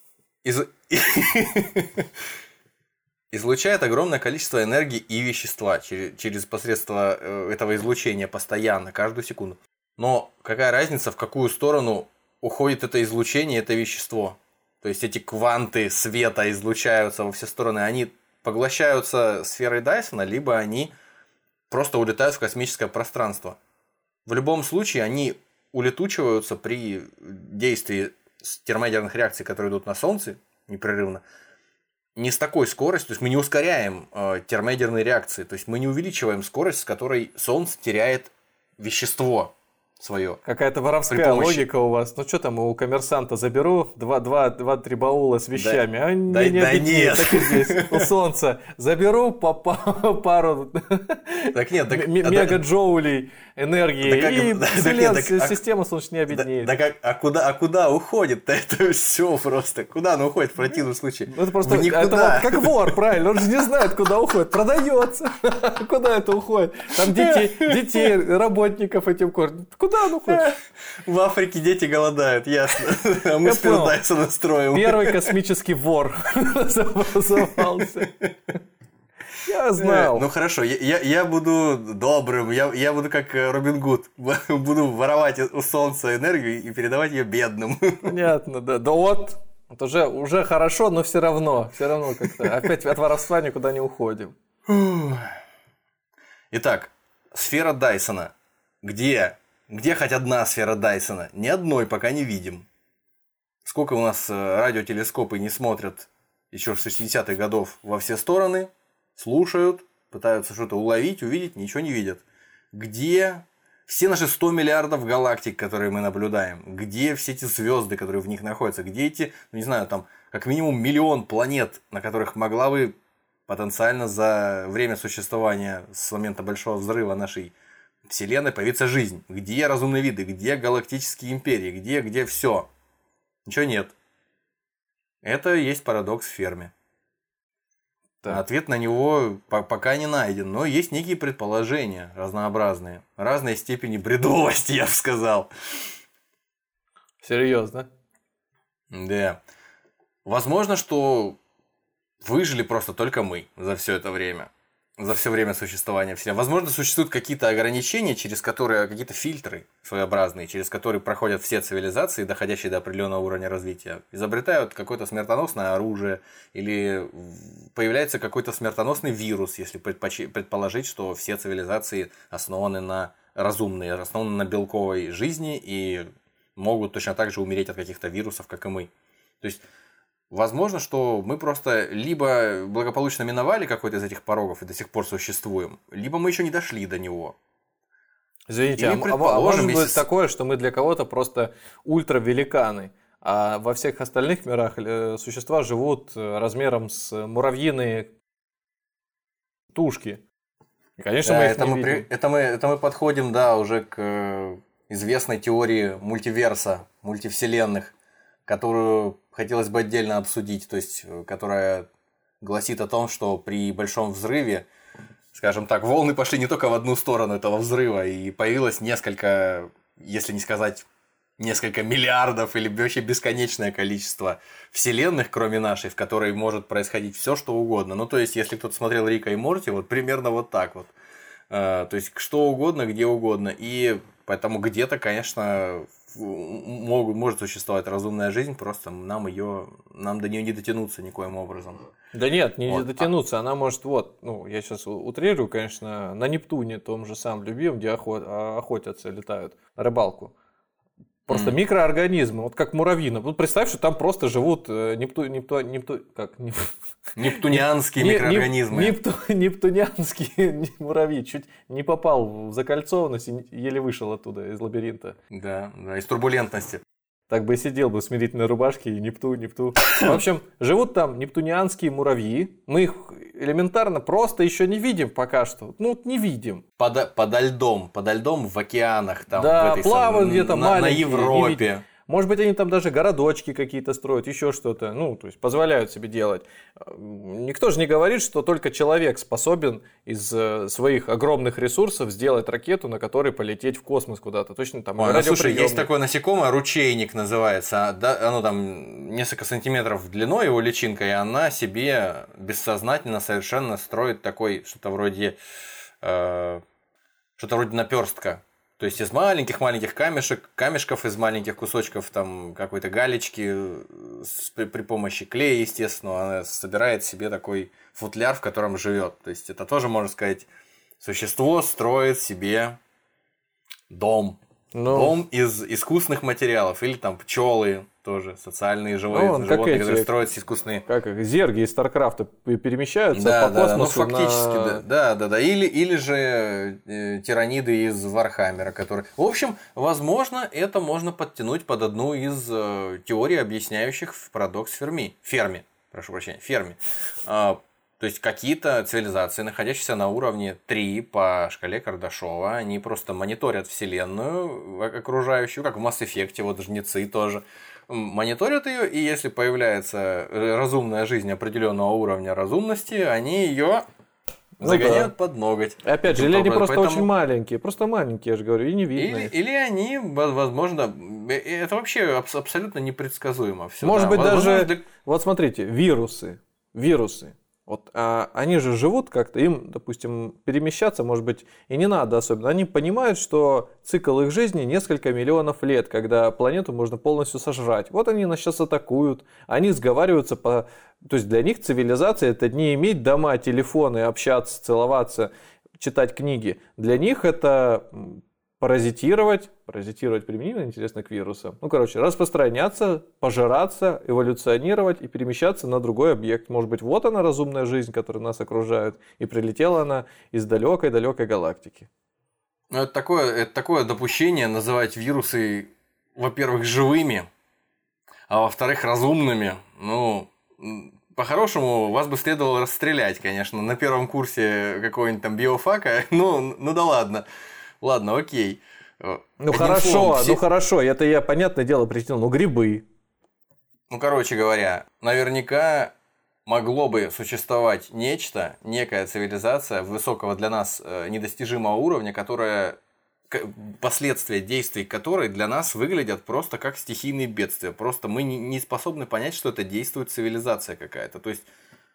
Излучает огромное количество энергии и вещества через посредство этого излучения постоянно, каждую секунду. Но какая разница, в какую сторону уходит это излучение, это вещество? То есть эти кванты света излучаются во все стороны, они поглощаются сферой Дайсона, либо они просто улетают в космическое пространство. В любом случае они улетучиваются при действии термоядерных реакций, которые идут на Солнце непрерывно, не с такой скоростью, то есть мы не ускоряем термоядерные реакции, то есть мы не увеличиваем скорость, с которой Солнце теряет вещество свое. Какая-то воровская логика у вас. Ну что там, у коммерсанта заберу 2-3 баула с вещами, а нет. Так и здесь. У Солнца заберу пару мегаджоулей энергии, и система Солнца не обеднеет. А куда уходит-то это все просто? Куда оно уходит в противном случае? Это просто это как вор, правильно? Он же не знает, куда уходит. Продается. Куда это уходит? Там детей, работников этим кормят. Куда оно уходит? В Африке дети голодают, ясно. А мы с Дайсона строим. Первый космический вор образовался. Я знал. Ну хорошо, я буду добрым, я буду как Робин Гуд. Буду воровать у Солнца энергию и передавать ее бедным. Понятно, да. Да вот, это уже хорошо, но все равно как-то опять от воровства никуда не уходим. Итак, сфера Дайсона. Где хоть одна сфера Дайсона? Ни одной пока не видим. Сколько у нас радиотелескопы не смотрят еще в 60-х годов во все стороны, слушают, пытаются что-то уловить, увидеть, ничего не видят. Где все наши 100 миллиардов галактик, которые мы наблюдаем? Где все эти звезды, которые в них находятся? Где эти, не знаю, там как минимум 1 миллион планет, на которых могла бы потенциально за время существования с момента Большого взрыва нашей Вселенной появиться жизнь? Где разумные виды? Где галактические империи? Где все? Ничего нет. Это и есть парадокс в Ферме. Да. Ответ на него пока не найден, но есть некие предположения разнообразные. Разной степени бредовости, я бы сказал. Серьезно? Да. Возможно, что выжили просто только мы за все это время. За все время существования Вселенной. Возможно, существуют какие-то ограничения, через которые, какие-то фильтры своеобразные, через которые проходят все цивилизации, доходящие до определенного уровня развития. Изобретают какое-то смертоносное оружие, или появляется какой-то смертоносный вирус, если предположить, что все цивилизации основаны на разумные, основаны на белковой жизни и могут точно так же умереть от каких-то вирусов, как и мы. То есть возможно, что мы просто либо благополучно миновали какой-то из этих порогов и до сих пор существуем, либо мы еще не дошли до него. Извините, а может быть такое, что мы для кого-то просто ультравеликаны, а во всех остальных мирах существа живут размером с муравьиные тушки. И, конечно, мы их не видим. Это мы подходим, да, уже к известной теории мультиверса, мультивселенных, которую хотелось бы отдельно обсудить, то есть, которая гласит о том, что при большом взрыве, скажем так, волны пошли не только в одну сторону этого взрыва, и появилось несколько, если не сказать несколько миллиардов или вообще бесконечное количество вселенных, кроме нашей, в которой может происходить все, что угодно. Ну, то есть, если кто-то смотрел Рика и Морти, вот примерно вот так вот. То есть, что угодно, где угодно. И поэтому где-то, конечно, может существовать разумная жизнь, просто нам до нее не дотянуться никоим образом. Да нет, не дотянуться, она может, я сейчас утрирую, конечно, на Нептуне, том же самом любимом, где охотятся, летают на рыбалку. Просто микроорганизмы, вот как муравьино. Вот представь, что там просто живут нептунианские микроорганизмы. Нептунианские муравьи. Чуть не попал в закольцованность и еле вышел оттуда, из лабиринта. Да, из турбулентности. Так бы и сидел бы в смирительной рубашке и Непту. В общем, живут там нептунианские муравьи. Мы их элементарно просто еще не видим пока что. Не видим. Подо льдом в океанах. Там, да, плавают где-то маленькие. На Европе. Может быть, они там даже городочки какие-то строят, еще что-то. Ну, то есть позволяют себе делать. Никто же не говорит, что только человек способен из своих огромных ресурсов сделать ракету, на которой полететь в космос куда-то. Точно там. Слушай, есть такое насекомое, ручейник называется. Оно там несколько сантиметров длиной, его личинка, и она себе бессознательно совершенно строит такой что-то вроде наперстка. То есть из маленьких камешков, из маленьких кусочков там какой-то галечки, при помощи клея, естественно, она собирает себе такой футляр, в котором живет. То есть это тоже, можно сказать, существо строит себе дом. Дом из искусственных материалов. Или там пчелы тоже, социальные животные, которые строят искусственные. Как зерги из Старкрафта перемещаются по космосу. Фактически, да. Или же тираниды из Вархаммера, которые. В общем, возможно, это можно подтянуть под одну из теорий, объясняющих парадокс Ферми. То есть какие-то цивилизации, находящиеся на уровне 3 по шкале Кардашова, они просто мониторят Вселенную окружающую, как в Mass Effect, вот жнецы тоже. Мониторят ее, и если появляется разумная жизнь определенного уровня разумности, они ее загоняют под ноготь. Опять же, или они просто очень маленькие, я же говорю, и не видно. Или они, возможно, это вообще абсолютно непредсказуемо. Всё, может быть, даже, вот смотрите, вирусы. Вот, они же живут как-то, им, допустим, перемещаться, может быть, и не надо особенно. Они понимают, что цикл их жизни несколько миллионов лет, когда планету можно полностью сожрать. Вот они нас сейчас атакуют, они сговариваются То есть для них цивилизация – это не иметь дома, телефоны, общаться, целоваться, читать книги. Для них это паразитировать применимо, интересно, к вирусам. Распространяться, пожираться, эволюционировать и перемещаться на другой объект. Может быть, вот она, разумная жизнь, которая нас окружает, и прилетела она из далекой-далекой галактики. Это такое допущение называть вирусы, во-первых, живыми, а во-вторых, разумными. По-хорошему, вас бы следовало расстрелять, конечно, на первом курсе какого-нибудь там биофака. Ну да ладно. Ладно, окей. Хорошо, это я, понятное дело, притянул. Грибы. Короче говоря, наверняка могло бы существовать некая цивилизация высокого для нас недостижимого уровня, которая последствия действий которой для нас выглядят просто как стихийные бедствия. Просто мы не способны понять, что это действует цивилизация какая-то. То есть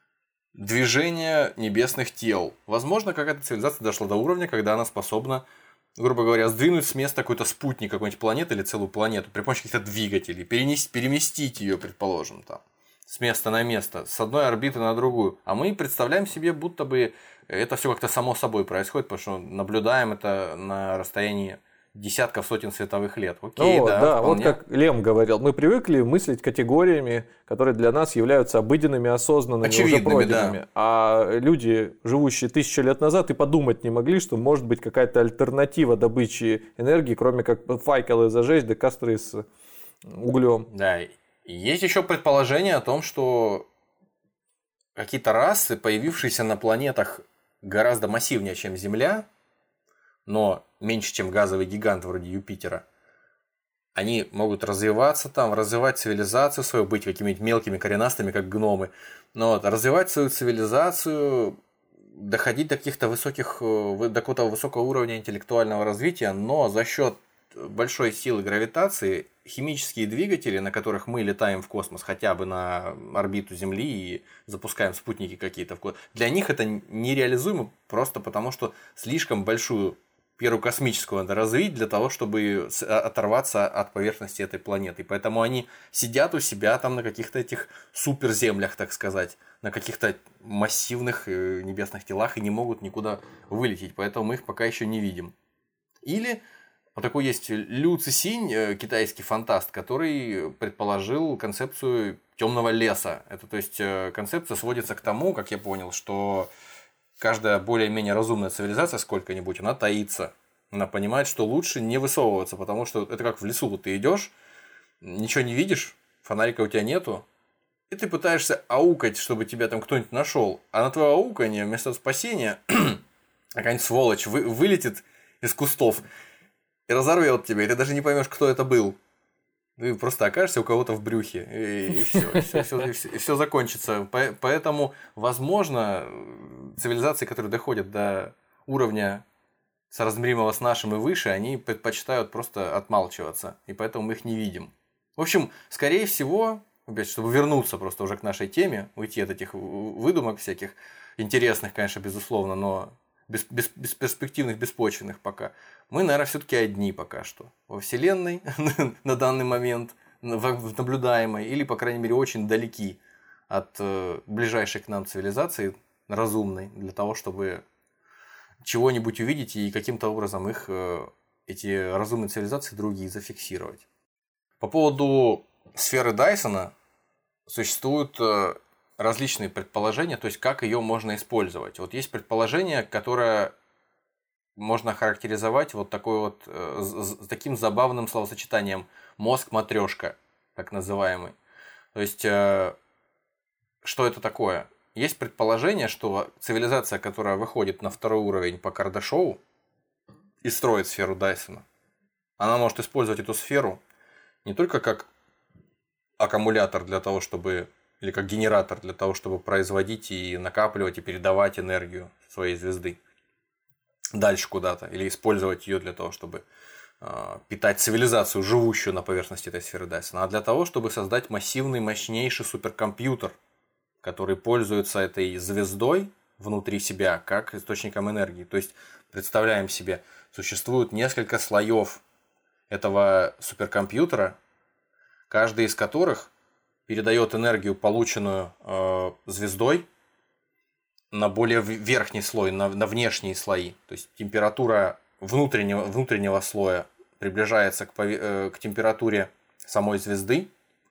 движение небесных тел. Возможно, какая-то цивилизация дошла до уровня, когда она способна, грубо говоря, сдвинуть с места какой-то спутник какой-нибудь планеты или целую планету при помощи каких-то двигателей, переместить ее, предположим, там, с места на место, с одной орбиты на другую. А мы представляем себе, будто бы это все как-то само собой происходит, потому что наблюдаем это на расстоянии десятков, сотен световых лет. Окей, вот как Лем говорил, мы привыкли мыслить категориями, которые для нас являются обыденными, осознанными, уже пройденными. Да. А люди, живущие 1000 лет назад, и подумать не могли, что может быть какая-то альтернатива добычи энергии, кроме как факелы зажечь, да костры с углем. Да, есть еще предположение о том, что какие-то расы, появившиеся на планетах гораздо массивнее, чем Земля, но меньше, чем газовый гигант вроде Юпитера, они могут развиваться там, развивать цивилизацию свою, быть какими-нибудь мелкими коренастыми, как гномы, но развивать свою цивилизацию, доходить до каких-то до какого-то высокого уровня интеллектуального развития, но за счет большой силы гравитации химические двигатели, на которых мы летаем в космос, хотя бы на орбиту Земли и запускаем спутники какие-то, для них это нереализуемо просто потому, что слишком большую первую космическую надо развить для того, чтобы оторваться от поверхности этой планеты. И поэтому они сидят у себя там на каких-то этих суперземлях, так сказать, на каких-то массивных небесных телах и не могут никуда вылететь. Поэтому мы их пока еще не видим. Или вот такой есть Лю Цисинь, китайский фантаст, который предположил концепцию темного леса. Это, то есть, концепция сводится к тому, как я понял, что каждая более-менее разумная цивилизация сколько-нибудь, она таится. Она понимает, что лучше не высовываться, потому что это как в лесу. Вот ты идешь, ничего не видишь, фонарика у тебя нету, и ты пытаешься аукать, чтобы тебя там кто-нибудь нашел. А на твое ауканье вместо спасения какая-нибудь сволочь вылетит из кустов и разорвет тебя, и ты даже не поймешь, кто это был. Ты просто окажешься у кого-то в брюхе, и все закончится. Поэтому, возможно, цивилизации, которые доходят до уровня соразмеримого с нашим и выше, они предпочитают просто отмалчиваться, и поэтому мы их не видим. В общем, скорее всего, опять, чтобы вернуться просто уже к нашей теме, уйти от этих выдумок всяких, интересных, конечно, безусловно, но бесперспективных, беспочвенных пока. Мы, наверное, все-таки одни пока что во Вселенной на данный момент, в наблюдаемой, или, по крайней мере, очень далеки от ближайшей к нам цивилизации разумной, для того, чтобы чего-нибудь увидеть и каким-то образом их, эти разумные цивилизации, другие зафиксировать. По поводу сферы Дайсона существуют различные предположения, то есть как ее можно использовать. Вот есть предположение, которое можно характеризовать вот такой вот таким забавным словосочетанием мозг-матрешка, так называемый. То есть что это такое? Есть предположение, что цивилизация, которая выходит на второй уровень по Кардашову и строит сферу Дайсона, она может использовать эту сферу не только как аккумулятор для того, чтобы, или как генератор для того, чтобы производить и накапливать и передавать энергию своей звезды дальше куда-то, или использовать ее для того, чтобы питать цивилизацию, живущую на поверхности этой сферы Дайсона, а для того, чтобы создать массивный, мощнейший суперкомпьютер, который пользуется этой звездой внутри себя как источником энергии. То есть, представляем себе, существует несколько слоев этого суперкомпьютера, каждый из которых передает энергию, полученную звездой, на более верхний слой, на внешние слои. То есть температура внутреннего слоя приближается к температуре самой звезды.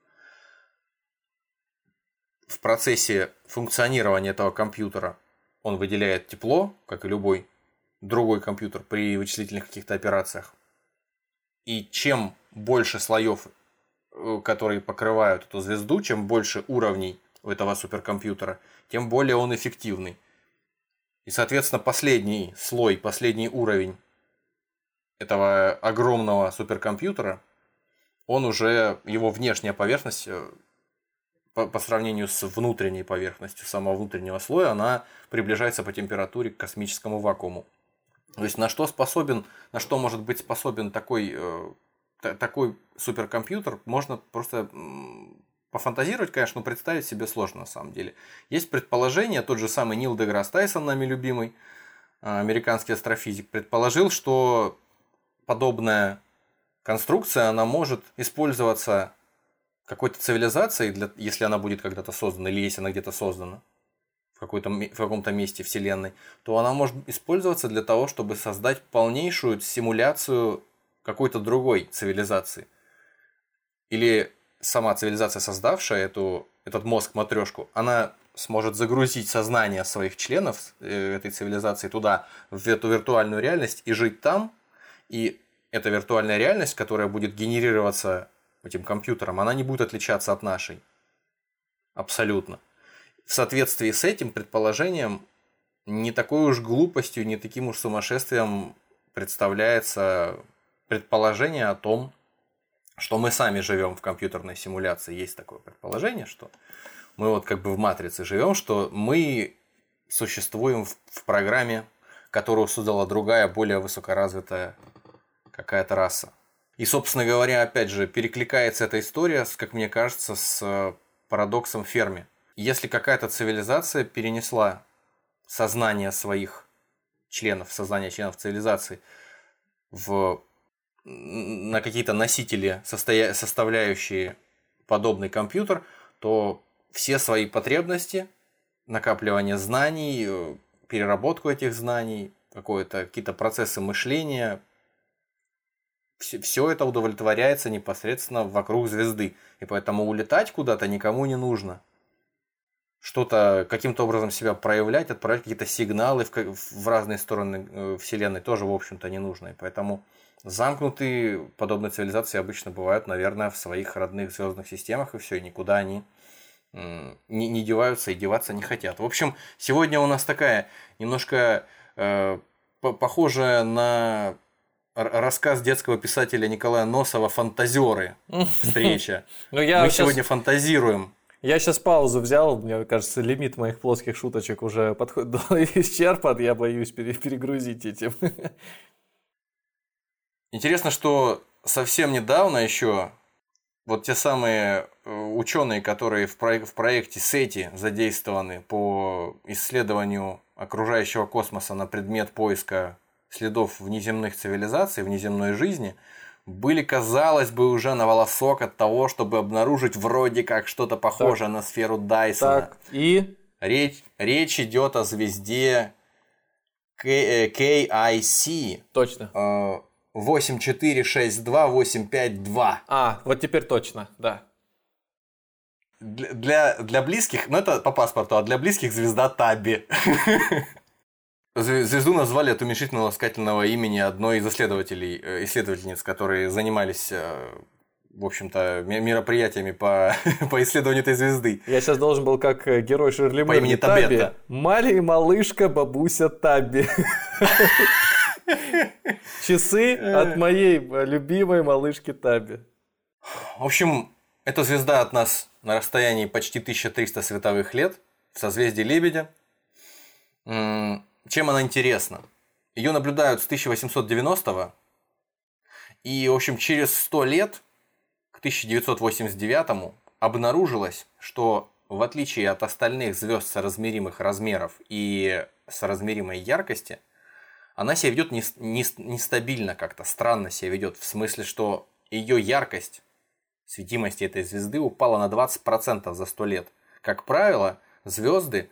В процессе функционирования этого компьютера он выделяет тепло, как и любой другой компьютер при вычислительных каких-то операциях. И чем больше слоев, которые покрывают эту звезду, чем больше уровней у этого суперкомпьютера, тем более он эффективный. И, соответственно, последний слой, последний уровень этого огромного суперкомпьютера, он уже, его внешняя поверхность по сравнению с внутренней поверхностью самого внутреннего слоя, она приближается по температуре к космическому вакууму. То есть на что может быть способен такой суперкомпьютер, можно просто пофантазировать, конечно, но представить себе сложно на самом деле. Есть предположение, тот же самый Нил Деграсс Тайсон, нами любимый, американский астрофизик, предположил, что подобная конструкция, она может использоваться какой-то цивилизацией, если она будет когда-то создана, или если она где-то создана в каком-то месте Вселенной, то она может использоваться для того, чтобы создать полнейшую симуляцию какой-то другой цивилизации. Или сама цивилизация, создавшая этот мозг-матрешку, она сможет загрузить сознание своих членов этой цивилизации туда, в эту виртуальную реальность, и жить там. И эта виртуальная реальность, которая будет генерироваться этим компьютером, она не будет отличаться от нашей. Абсолютно. В соответствии с этим предположением, не такой уж глупостью, не таким уж сумасшествием представляется предположение о том, что мы сами живем в компьютерной симуляции. Есть такое предположение, что мы вот как бы в матрице живем, что мы существуем в программе, которую создала другая, более высокоразвитая какая-то раса. И, собственно говоря, опять же, перекликается эта история, как мне кажется, с парадоксом Ферми. Если какая-то цивилизация перенесла сознание своих членов, сознание членов цивилизации на какие-то носители, составляющие подобный компьютер, то все свои потребности, накапливание знаний, переработку этих знаний, какие-то процессы мышления, все это удовлетворяется непосредственно вокруг звезды. И поэтому улетать куда-то никому не нужно. Что-то каким-то образом себя проявлять, отправлять какие-то сигналы в разные стороны Вселенной тоже, в общем-то, не нужно. И поэтому замкнутые подобные цивилизации обычно бывают, наверное, в своих родных звездных системах, и все, и никуда они не деваются и деваться не хотят. В общем, сегодня у нас такая немножко похожая на рассказ детского писателя Николая Носова «Фантазеры». Встреча. Мы сегодня фантазируем. Я сейчас паузу взял, мне кажется, лимит моих плоских шуточек уже исчерпан, я боюсь перегрузить этим. Интересно, что совсем недавно еще вот те самые ученые, которые в проекте SETI задействованы по исследованию окружающего космоса на предмет поиска следов внеземных цивилизаций, внеземной жизни, были, казалось бы, уже на волосок от того, чтобы обнаружить вроде как что-то похожее на сферу Дайсона. Так, и? Речь идет о звезде KIC. Точно. 8462852. Вот теперь точно, да. Для близких, это по паспорту, а для близких звезда Табби. Звезду назвали от уменьшительного ласкательного имени одной из исследовательниц, которые занимались, в общем-то, мероприятиями по исследованию этой звезды. Я сейчас должен был, как герой Ширли по имени Табби. Мали и малышка бабуся Табби. Часы от моей любимой малышки Табби. В общем, эта звезда от нас на расстоянии почти 1300 световых лет в созвездии Лебедя. Чем она интересна? Ее наблюдают с 1890-го, и, в общем, через 100 лет, к 1989-му, обнаружилось, что в отличие от остальных звезд соразмеримых размеров и соразмеримой яркости, она себя ведет нестабильно как-то, странно себя ведет, в смысле, что ее яркость светимости этой звезды упала на 20% за 100 лет. Как правило, звезды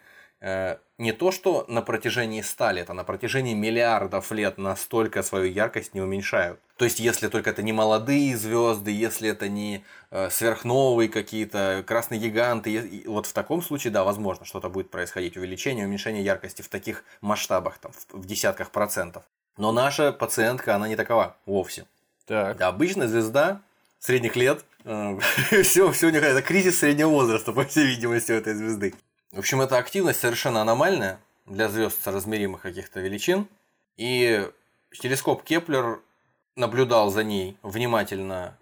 не то что на протяжении 100 лет, а на протяжении миллиардов лет настолько свою яркость не уменьшают. То есть, если только это не молодые звезды, если это не сверхновые какие-то, красные гиганты, вот в таком случае, да, возможно, что-то будет происходить. Увеличение, уменьшение яркости в таких масштабах, там, в десятках процентов. Но наша пациентка, она не такова вовсе. Так. Да, обычная звезда средних лет, все у них это кризис среднего возраста, по всей видимости, у этой звезды. В общем, эта активность совершенно аномальная для звезд соразмеримых каких-то величин. И телескоп Кеплер наблюдал за ней внимательно,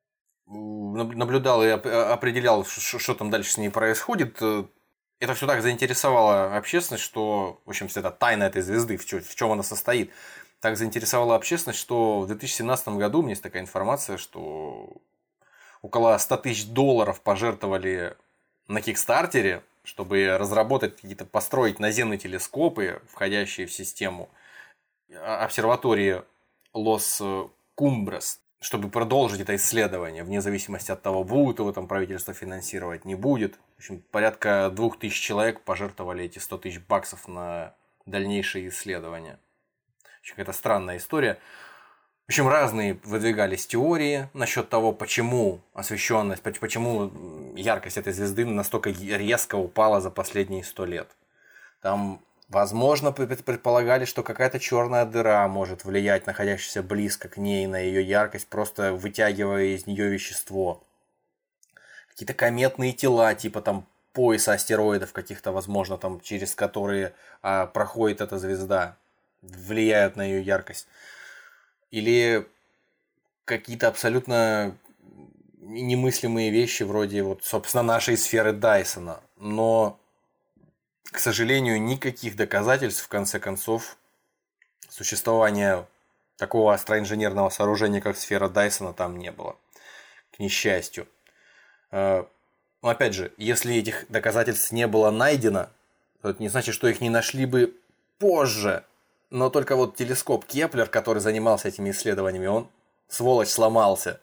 наблюдал и определял, что там дальше с ней происходит. Это все так заинтересовало общественность, что, в общем, это тайна этой звезды, в чем она состоит. Так заинтересовала общественность, что в 2017 году, у меня есть такая информация, что около $100 000 пожертвовали на Кикстартере, чтобы разработать какие-то, построить наземные телескопы, входящие в систему обсерватории Лос-Кумбрес, чтобы продолжить это исследование, вне зависимости от того, будет его там правительство финансировать, не будет. В общем, порядка 2000 человек пожертвовали эти $100 000 на дальнейшие исследования. Какая-то странная история. В общем, разные выдвигались теории насчет того, почему освещенность, почему яркость этой звезды настолько резко упала за последние 100 лет. Там, возможно, предполагали, что какая-то черная дыра может влиять, находящаяся близко к ней, на ее яркость, просто вытягивая из нее вещество. Какие-то кометные тела, типа там пояса астероидов каких-то, возможно, там, через которые проходит эта звезда, влияют на ее яркость. Или какие-то абсолютно немыслимые вещи, вроде, вот, собственно, нашей сферы Дайсона. Но, к сожалению, никаких доказательств, в конце концов, существования такого астроинженерного сооружения, как сфера Дайсона, там не было. К несчастью. Но, опять же, если этих доказательств не было найдено, то это не значит, что их не нашли бы позже. Но только вот телескоп Кеплер, который занимался этими исследованиями, он, сволочь, сломался.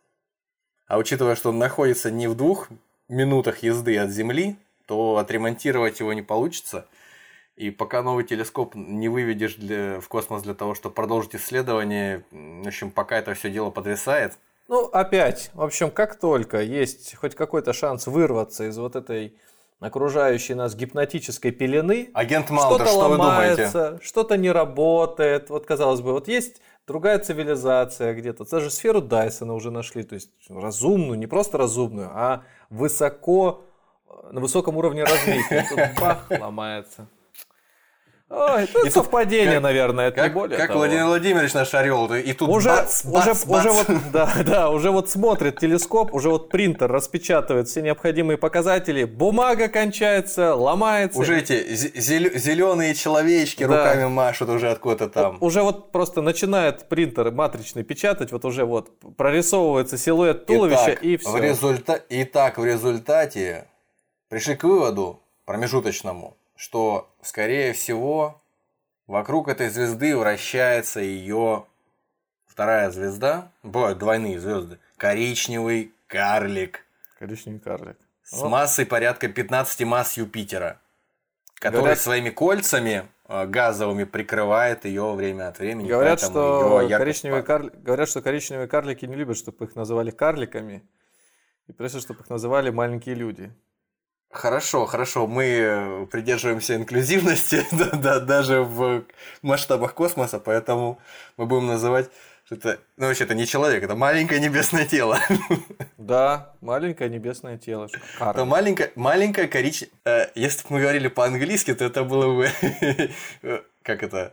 А учитывая, что он находится не в 2 минутах езды от Земли, то отремонтировать его не получится. И пока новый телескоп не выведешь в космос для того, чтобы продолжить исследование, в общем, пока это все дело подвисает. Ну, опять, в общем, как только есть хоть какой-то шанс вырваться из вот этой окружающей нас гипнотической пелены, агент Малдер, что-то ломается, вы думаете? Что-то не работает. Вот, казалось бы, вот есть другая цивилизация где-то. Даже сферу Дайсона уже нашли. То есть разумную, не просто разумную, а на высоком уровне развития. Тут бах, ломается. Ой, это совпадение, наверное, это не более Как того. Владимир Владимирович наш орел, и тут Уже бац. вот, да, уже вот смотрит телескоп, уже вот принтер распечатывает все необходимые показатели, бумага кончается, ломается. Уже эти зеленые человечки руками машут уже откуда-то там. Уже вот просто начинает принтер матричный печатать, вот уже вот прорисовывается силуэт туловища и все. Итак, в результате пришли к выводу промежуточному, что, скорее всего, вокруг этой звезды вращается ее вторая звезда. Бывают двойные звезды. Коричневый карлик. Коричневый карлик. С массой порядка 15 масс Юпитера. Который своими кольцами газовыми прикрывает ее время от времени. Говорят, что коричневые карлики не любят, чтобы их называли карликами. И просят, чтобы их называли маленькие люди. Хорошо, мы придерживаемся инклюзивности даже в масштабах космоса, поэтому мы будем называть, что это, ну вообще это не человек, это маленькое небесное тело. Да, маленькое небесное тело. Это маленькое коричневое. Если бы мы говорили по-английски, то это было бы как это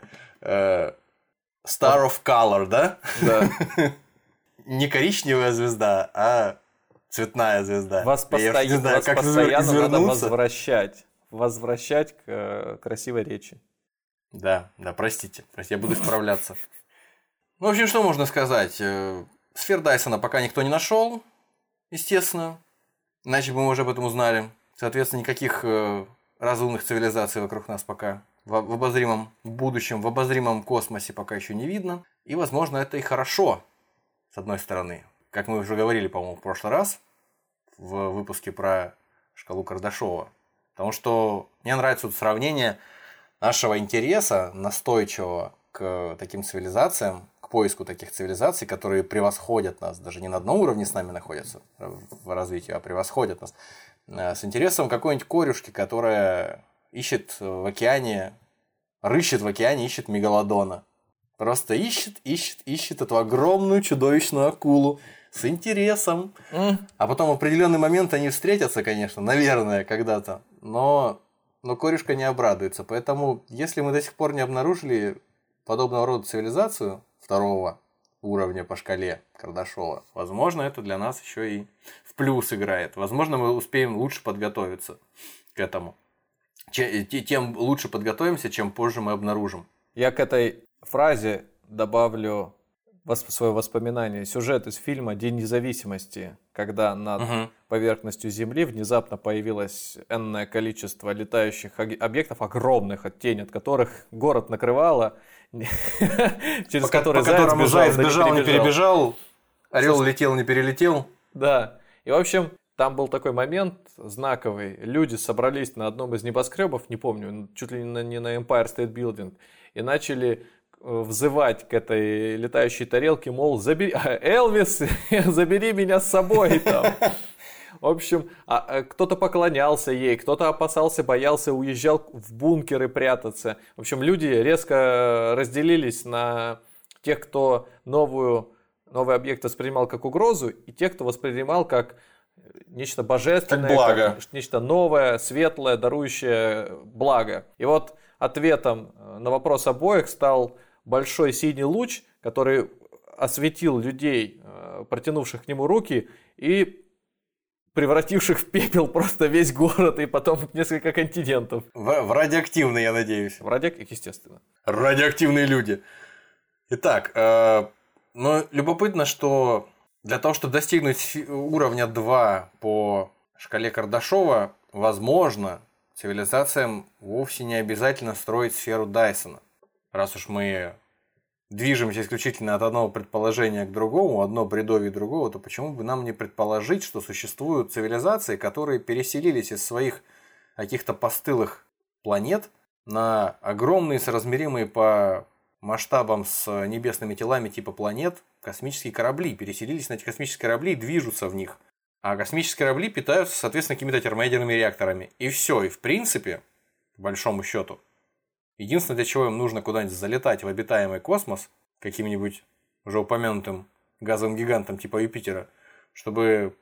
Star of Color, да? Да. Не коричневая звезда, а цветная звезда. Вас постоянно надо возвращать к красивой речи. Да, простите, я буду исправляться. Ну, в общем, что можно сказать? Сфер Дайсона пока никто не нашел, естественно. Иначе бы мы уже об этом узнали. Соответственно, никаких разумных цивилизаций вокруг нас пока в обозримом будущем, в обозримом космосе пока еще не видно. И, возможно, это и хорошо, с одной стороны. Как мы уже говорили, по-моему, в прошлый раз, в выпуске про шкалу Кардашова. Потому что мне нравится вот сравнение нашего интереса настойчивого к таким цивилизациям, к поиску таких цивилизаций, которые превосходят нас, даже не на одном уровне с нами находятся в развитии, а превосходят нас, с интересом какой-нибудь корюшки, которая ищет в океане, рыщет в океане, ищет мегалодона. Просто ищет эту огромную чудовищную акулу с интересом. А потом в определенный момент они встретятся, конечно, наверное, когда-то. Но корюшка не обрадуется. Поэтому, если мы до сих пор не обнаружили подобного рода цивилизацию второго уровня по шкале Кардашова, возможно, это для нас еще и в плюс играет. Возможно, мы успеем лучше подготовиться к этому. Тем лучше подготовимся, чем позже мы обнаружим. Я к этой фразе добавлю свое воспоминание. Сюжет из фильма «День независимости», когда над поверхностью Земли внезапно появилось энное количество летающих объектов, огромных, тень от которых город накрывало, через который заяц бежал, не перебежал, орел летел, не перелетел. Да. И, в общем, там был такой момент знаковый. Люди собрались на одном из небоскребов, не помню, чуть ли не на Empire State Building, и начали взывать к этой летающей тарелке, мол, Элвис, забери меня с собой там. В общем, кто-то поклонялся ей, кто-то опасался, боялся, уезжал в бункеры прятаться. В общем, люди резко разделились на тех, кто новый объект воспринимал как угрозу, и тех, кто воспринимал как нечто божественное, как благо. Как нечто новое, светлое, дарующее благо. И вот ответом на вопрос обоих стал большой синий луч, который осветил людей, протянувших к нему руки, и превративших в пепел просто весь город и потом несколько континентов. В радиоактивные, я надеюсь. Естественно. Радиоактивные люди. Итак, но любопытно, что для того, чтобы достигнуть уровня 2 по шкале Кардашова, возможно, цивилизациям вовсе не обязательно строить сферу Дайсона. Раз уж мы движемся исключительно от одного предположения к другому, одно бредовье другого, то почему бы нам не предположить, что существуют цивилизации, которые переселились из своих каких-то постылых планет на огромные, соразмеримые по масштабам с небесными телами типа планет космические корабли, переселились на эти космические корабли и движутся в них. А космические корабли питаются, соответственно, какими-то термоядерными реакторами. И все. И в принципе, по большому счету, единственное, для чего им нужно куда-нибудь залетать в обитаемый космос, каким-нибудь уже упомянутым газовым гигантом типа Юпитера, чтобы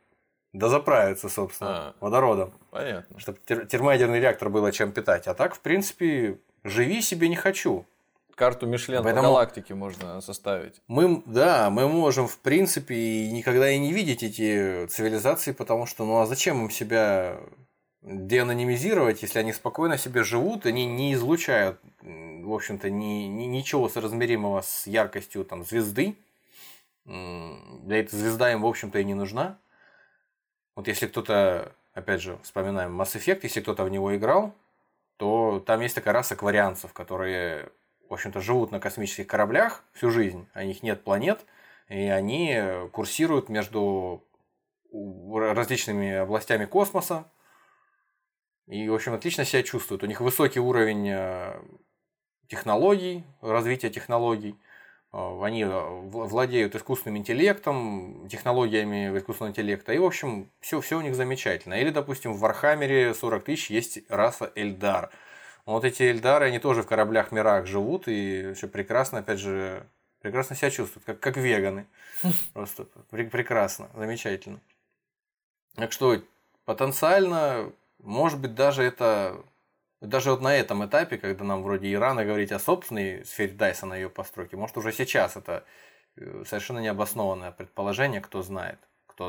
дозаправиться, собственно, водородом. Понятно. Чтобы термоядерный реактор было чем питать. А так, в принципе, живи себе не хочу. Карту Мишлен по галактике можно составить. Мы можем, в принципе, никогда и не видеть эти цивилизации, потому что, ну а зачем им себя деанонимизировать, если они спокойно себе живут, они не излучают, в общем-то, ничего соразмеримого с яркостью там, звезды. Для этой звезда им, в общем-то, и не нужна. Вот если кто-то, опять же, вспоминаем Mass Effect, если кто-то в него играл, то там есть такая раса кварианцев, которые, в общем-то, живут на космических кораблях всю жизнь, у них нет планет, и они курсируют между различными областями космоса, и, в общем, отлично себя чувствуют. У них высокий уровень технологий, развития технологий. Они владеют искусственным интеллектом, технологиями искусственного интеллекта. И, в общем, все у них замечательно. Или, допустим, в Вархаммере 40 тысяч есть раса Эльдар. Вот эти Эльдары, они тоже в кораблях-мирах живут и все прекрасно, опять же, прекрасно себя чувствуют, как веганы. Просто прекрасно, замечательно. Так что потенциально, может быть, даже вот на этом этапе, когда нам вроде и рано говорить о собственной сфере Дайсона и ее постройке, может, уже сейчас это совершенно необоснованное предположение, кто знает.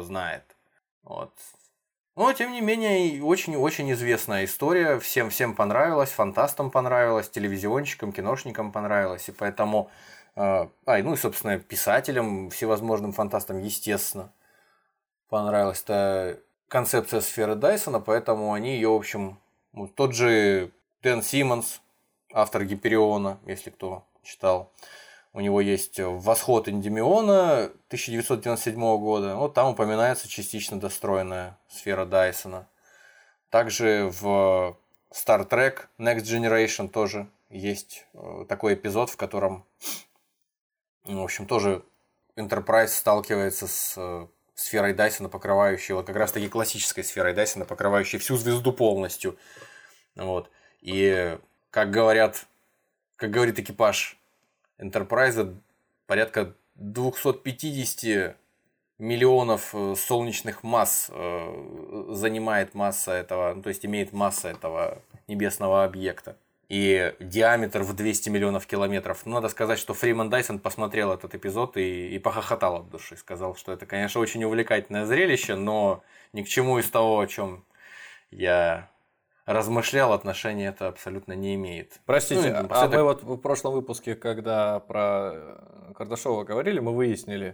Вот. Но, тем не менее, очень-очень известная история, всем понравилась, фантастам понравилась, телевизионщикам, киношникам понравилась, и поэтому, и, собственно, писателям, всевозможным фантастам, естественно, понравилась эта концепция сферы Дайсона, поэтому они ее, в общем... Тот же Дэн Симмонс, автор Гипериона, если кто читал, у него есть «Восход Эндимиона» 1997 года. Вот там упоминается частично достроенная сфера Дайсона. Также в Star Trek Next Generation тоже есть такой эпизод, в котором, в общем, тоже Enterprise сталкивается с сферой Дайсона, покрывающей, вот как раз таки классической сферой Дайсона, покрывающей всю звезду полностью. Вот. И как говорит экипаж Энтерпрайза, порядка 250 миллионов солнечных масс занимает масса этого, то есть имеет масса этого небесного объекта. И диаметр в 200 миллионов километров. Надо сказать, что Фриман Дайсон посмотрел этот эпизод и похохотал от души. Сказал, что это, конечно, очень увлекательное зрелище, но ни к чему из того, о чем я размышлял, отношения это абсолютно не имеет. Простите, мы вот в прошлом выпуске, когда про Кардашова говорили, мы выяснили,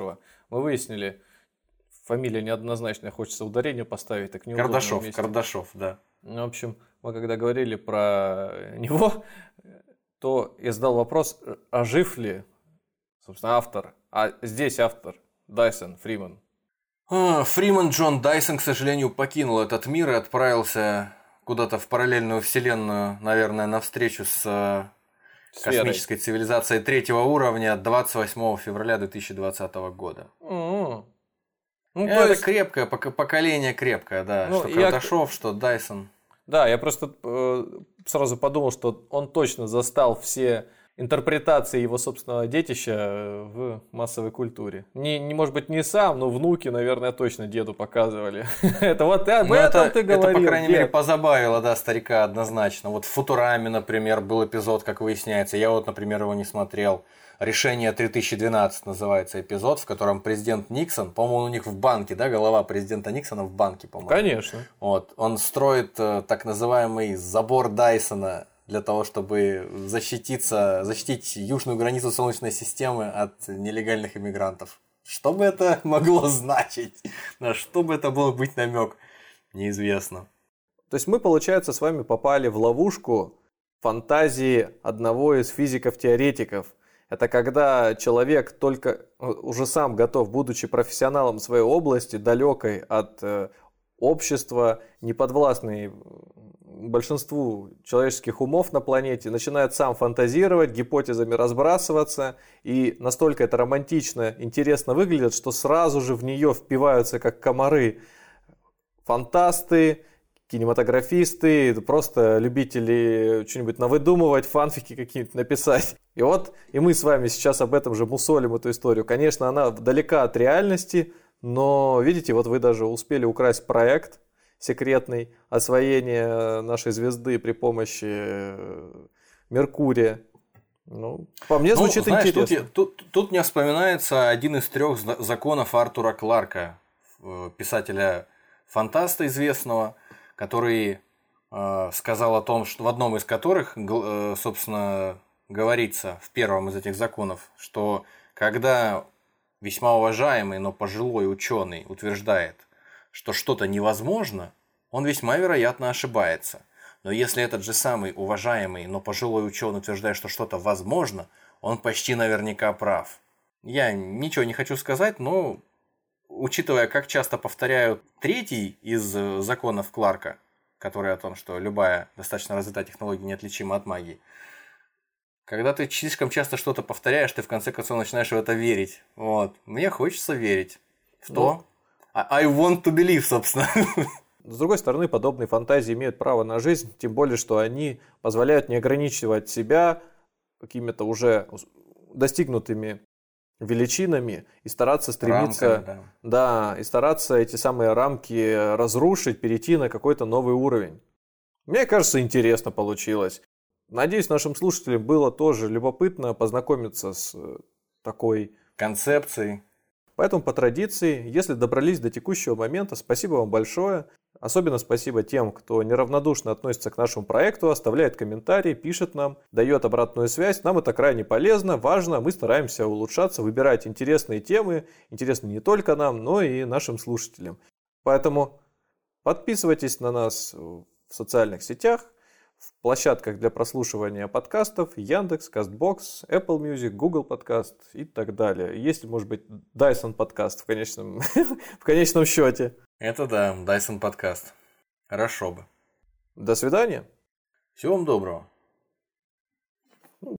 фамилия неоднозначная, хочется ударение поставить, так неудобно. Кардашов, да. В общем, мы когда говорили про него, то я задал вопрос, а жив ли, собственно, автор? А здесь автор Дайсон, Фриман. Фриман Джон Дайсон, к сожалению, покинул этот мир и отправился куда-то в параллельную вселенную, наверное, на встречу с космической цивилизацией третьего уровня 28 февраля 2020 года. Это крепкое, поколение крепкое, да. Что Кардашов, что Дайсон. Да, я просто сразу подумал, что он точно застал все интерпретации его собственного детища в массовой культуре. Может быть, не сам, но внуки, наверное, точно деду показывали. Это вот об этом ты говорил. Это, по крайней мере, позабавило, да, старика однозначно. Вот в «Футураме», например, был эпизод, как выясняется. Я вот, например, его не смотрел. «Решение 3012» называется эпизод, в котором президент Никсон, по-моему, у них в банке, да, голова президента Никсона в банке, по-моему. Конечно. Вот, он строит так называемый забор Дайсона для того, чтобы защитить южную границу Солнечной системы от нелегальных иммигрантов. Что бы это могло значить? На что бы это был быть намек? Неизвестно. То есть мы, получается, с вами попали в ловушку фантазии одного из физиков-теоретиков. Это когда человек только уже сам готов, будучи профессионалом в своей области, далекой от общества, неподвластной большинству человеческих умов на планете, начинает сам фантазировать, гипотезами разбрасываться, и настолько это романтично, интересно выглядит, что сразу же в нее впиваются как комары фантасты, кинематографисты, просто любители что-нибудь навыдумывать, фанфики какие-то написать. И вот, и мы с вами сейчас об этом же мусолим эту историю. Конечно, она далека от реальности, но, видите, вот вы даже успели украсть проект секретный освоения нашей звезды при помощи Меркурия. Ну, по мне звучит интересно. Тут мне вспоминается один из 3 законов Артура Кларка, писателя-фантаста известного, который сказал о том, что в одном из которых, собственно, говорится в первом из этих законов, что когда весьма уважаемый, но пожилой ученый утверждает, что что-то невозможно, он весьма вероятно ошибается. Но если этот же самый уважаемый, но пожилой ученый утверждает, что что-то возможно, он почти наверняка прав. Я ничего не хочу сказать, но учитывая, как часто повторяют 3 из законов Кларка, который о том, что любая достаточно развитая технология неотличима от магии, когда ты слишком часто что-то повторяешь, ты в конце концов начинаешь в это верить. Вот. Мне хочется верить в то. I want to believe, собственно. С другой стороны, подобные фантазии имеют право на жизнь, тем более, что они позволяют не ограничивать себя какими-то уже достигнутыми величинами и стараться стремиться, рамками, да, и стараться эти самые рамки разрушить, перейти на какой-то новый уровень. Мне кажется, интересно получилось. Надеюсь, нашим слушателям было тоже любопытно познакомиться с такой концепцией. Поэтому по традиции, если добрались до текущего момента, спасибо вам большое. Особенно спасибо тем, кто неравнодушно относится к нашему проекту, оставляет комментарии, пишет нам, дает обратную связь. Нам это крайне полезно, важно. Мы стараемся улучшаться, выбирать интересные темы, интересные не только нам, но и нашим слушателям. Поэтому подписывайтесь на нас в социальных сетях, в площадках для прослушивания подкастов, Яндекс, Кастбокс, Apple Music, Google Podcast и так далее. Есть, может быть, Dyson подкаст в конечном счете. Это да, Dyson подкаст. Хорошо бы. До свидания. Всего вам доброго.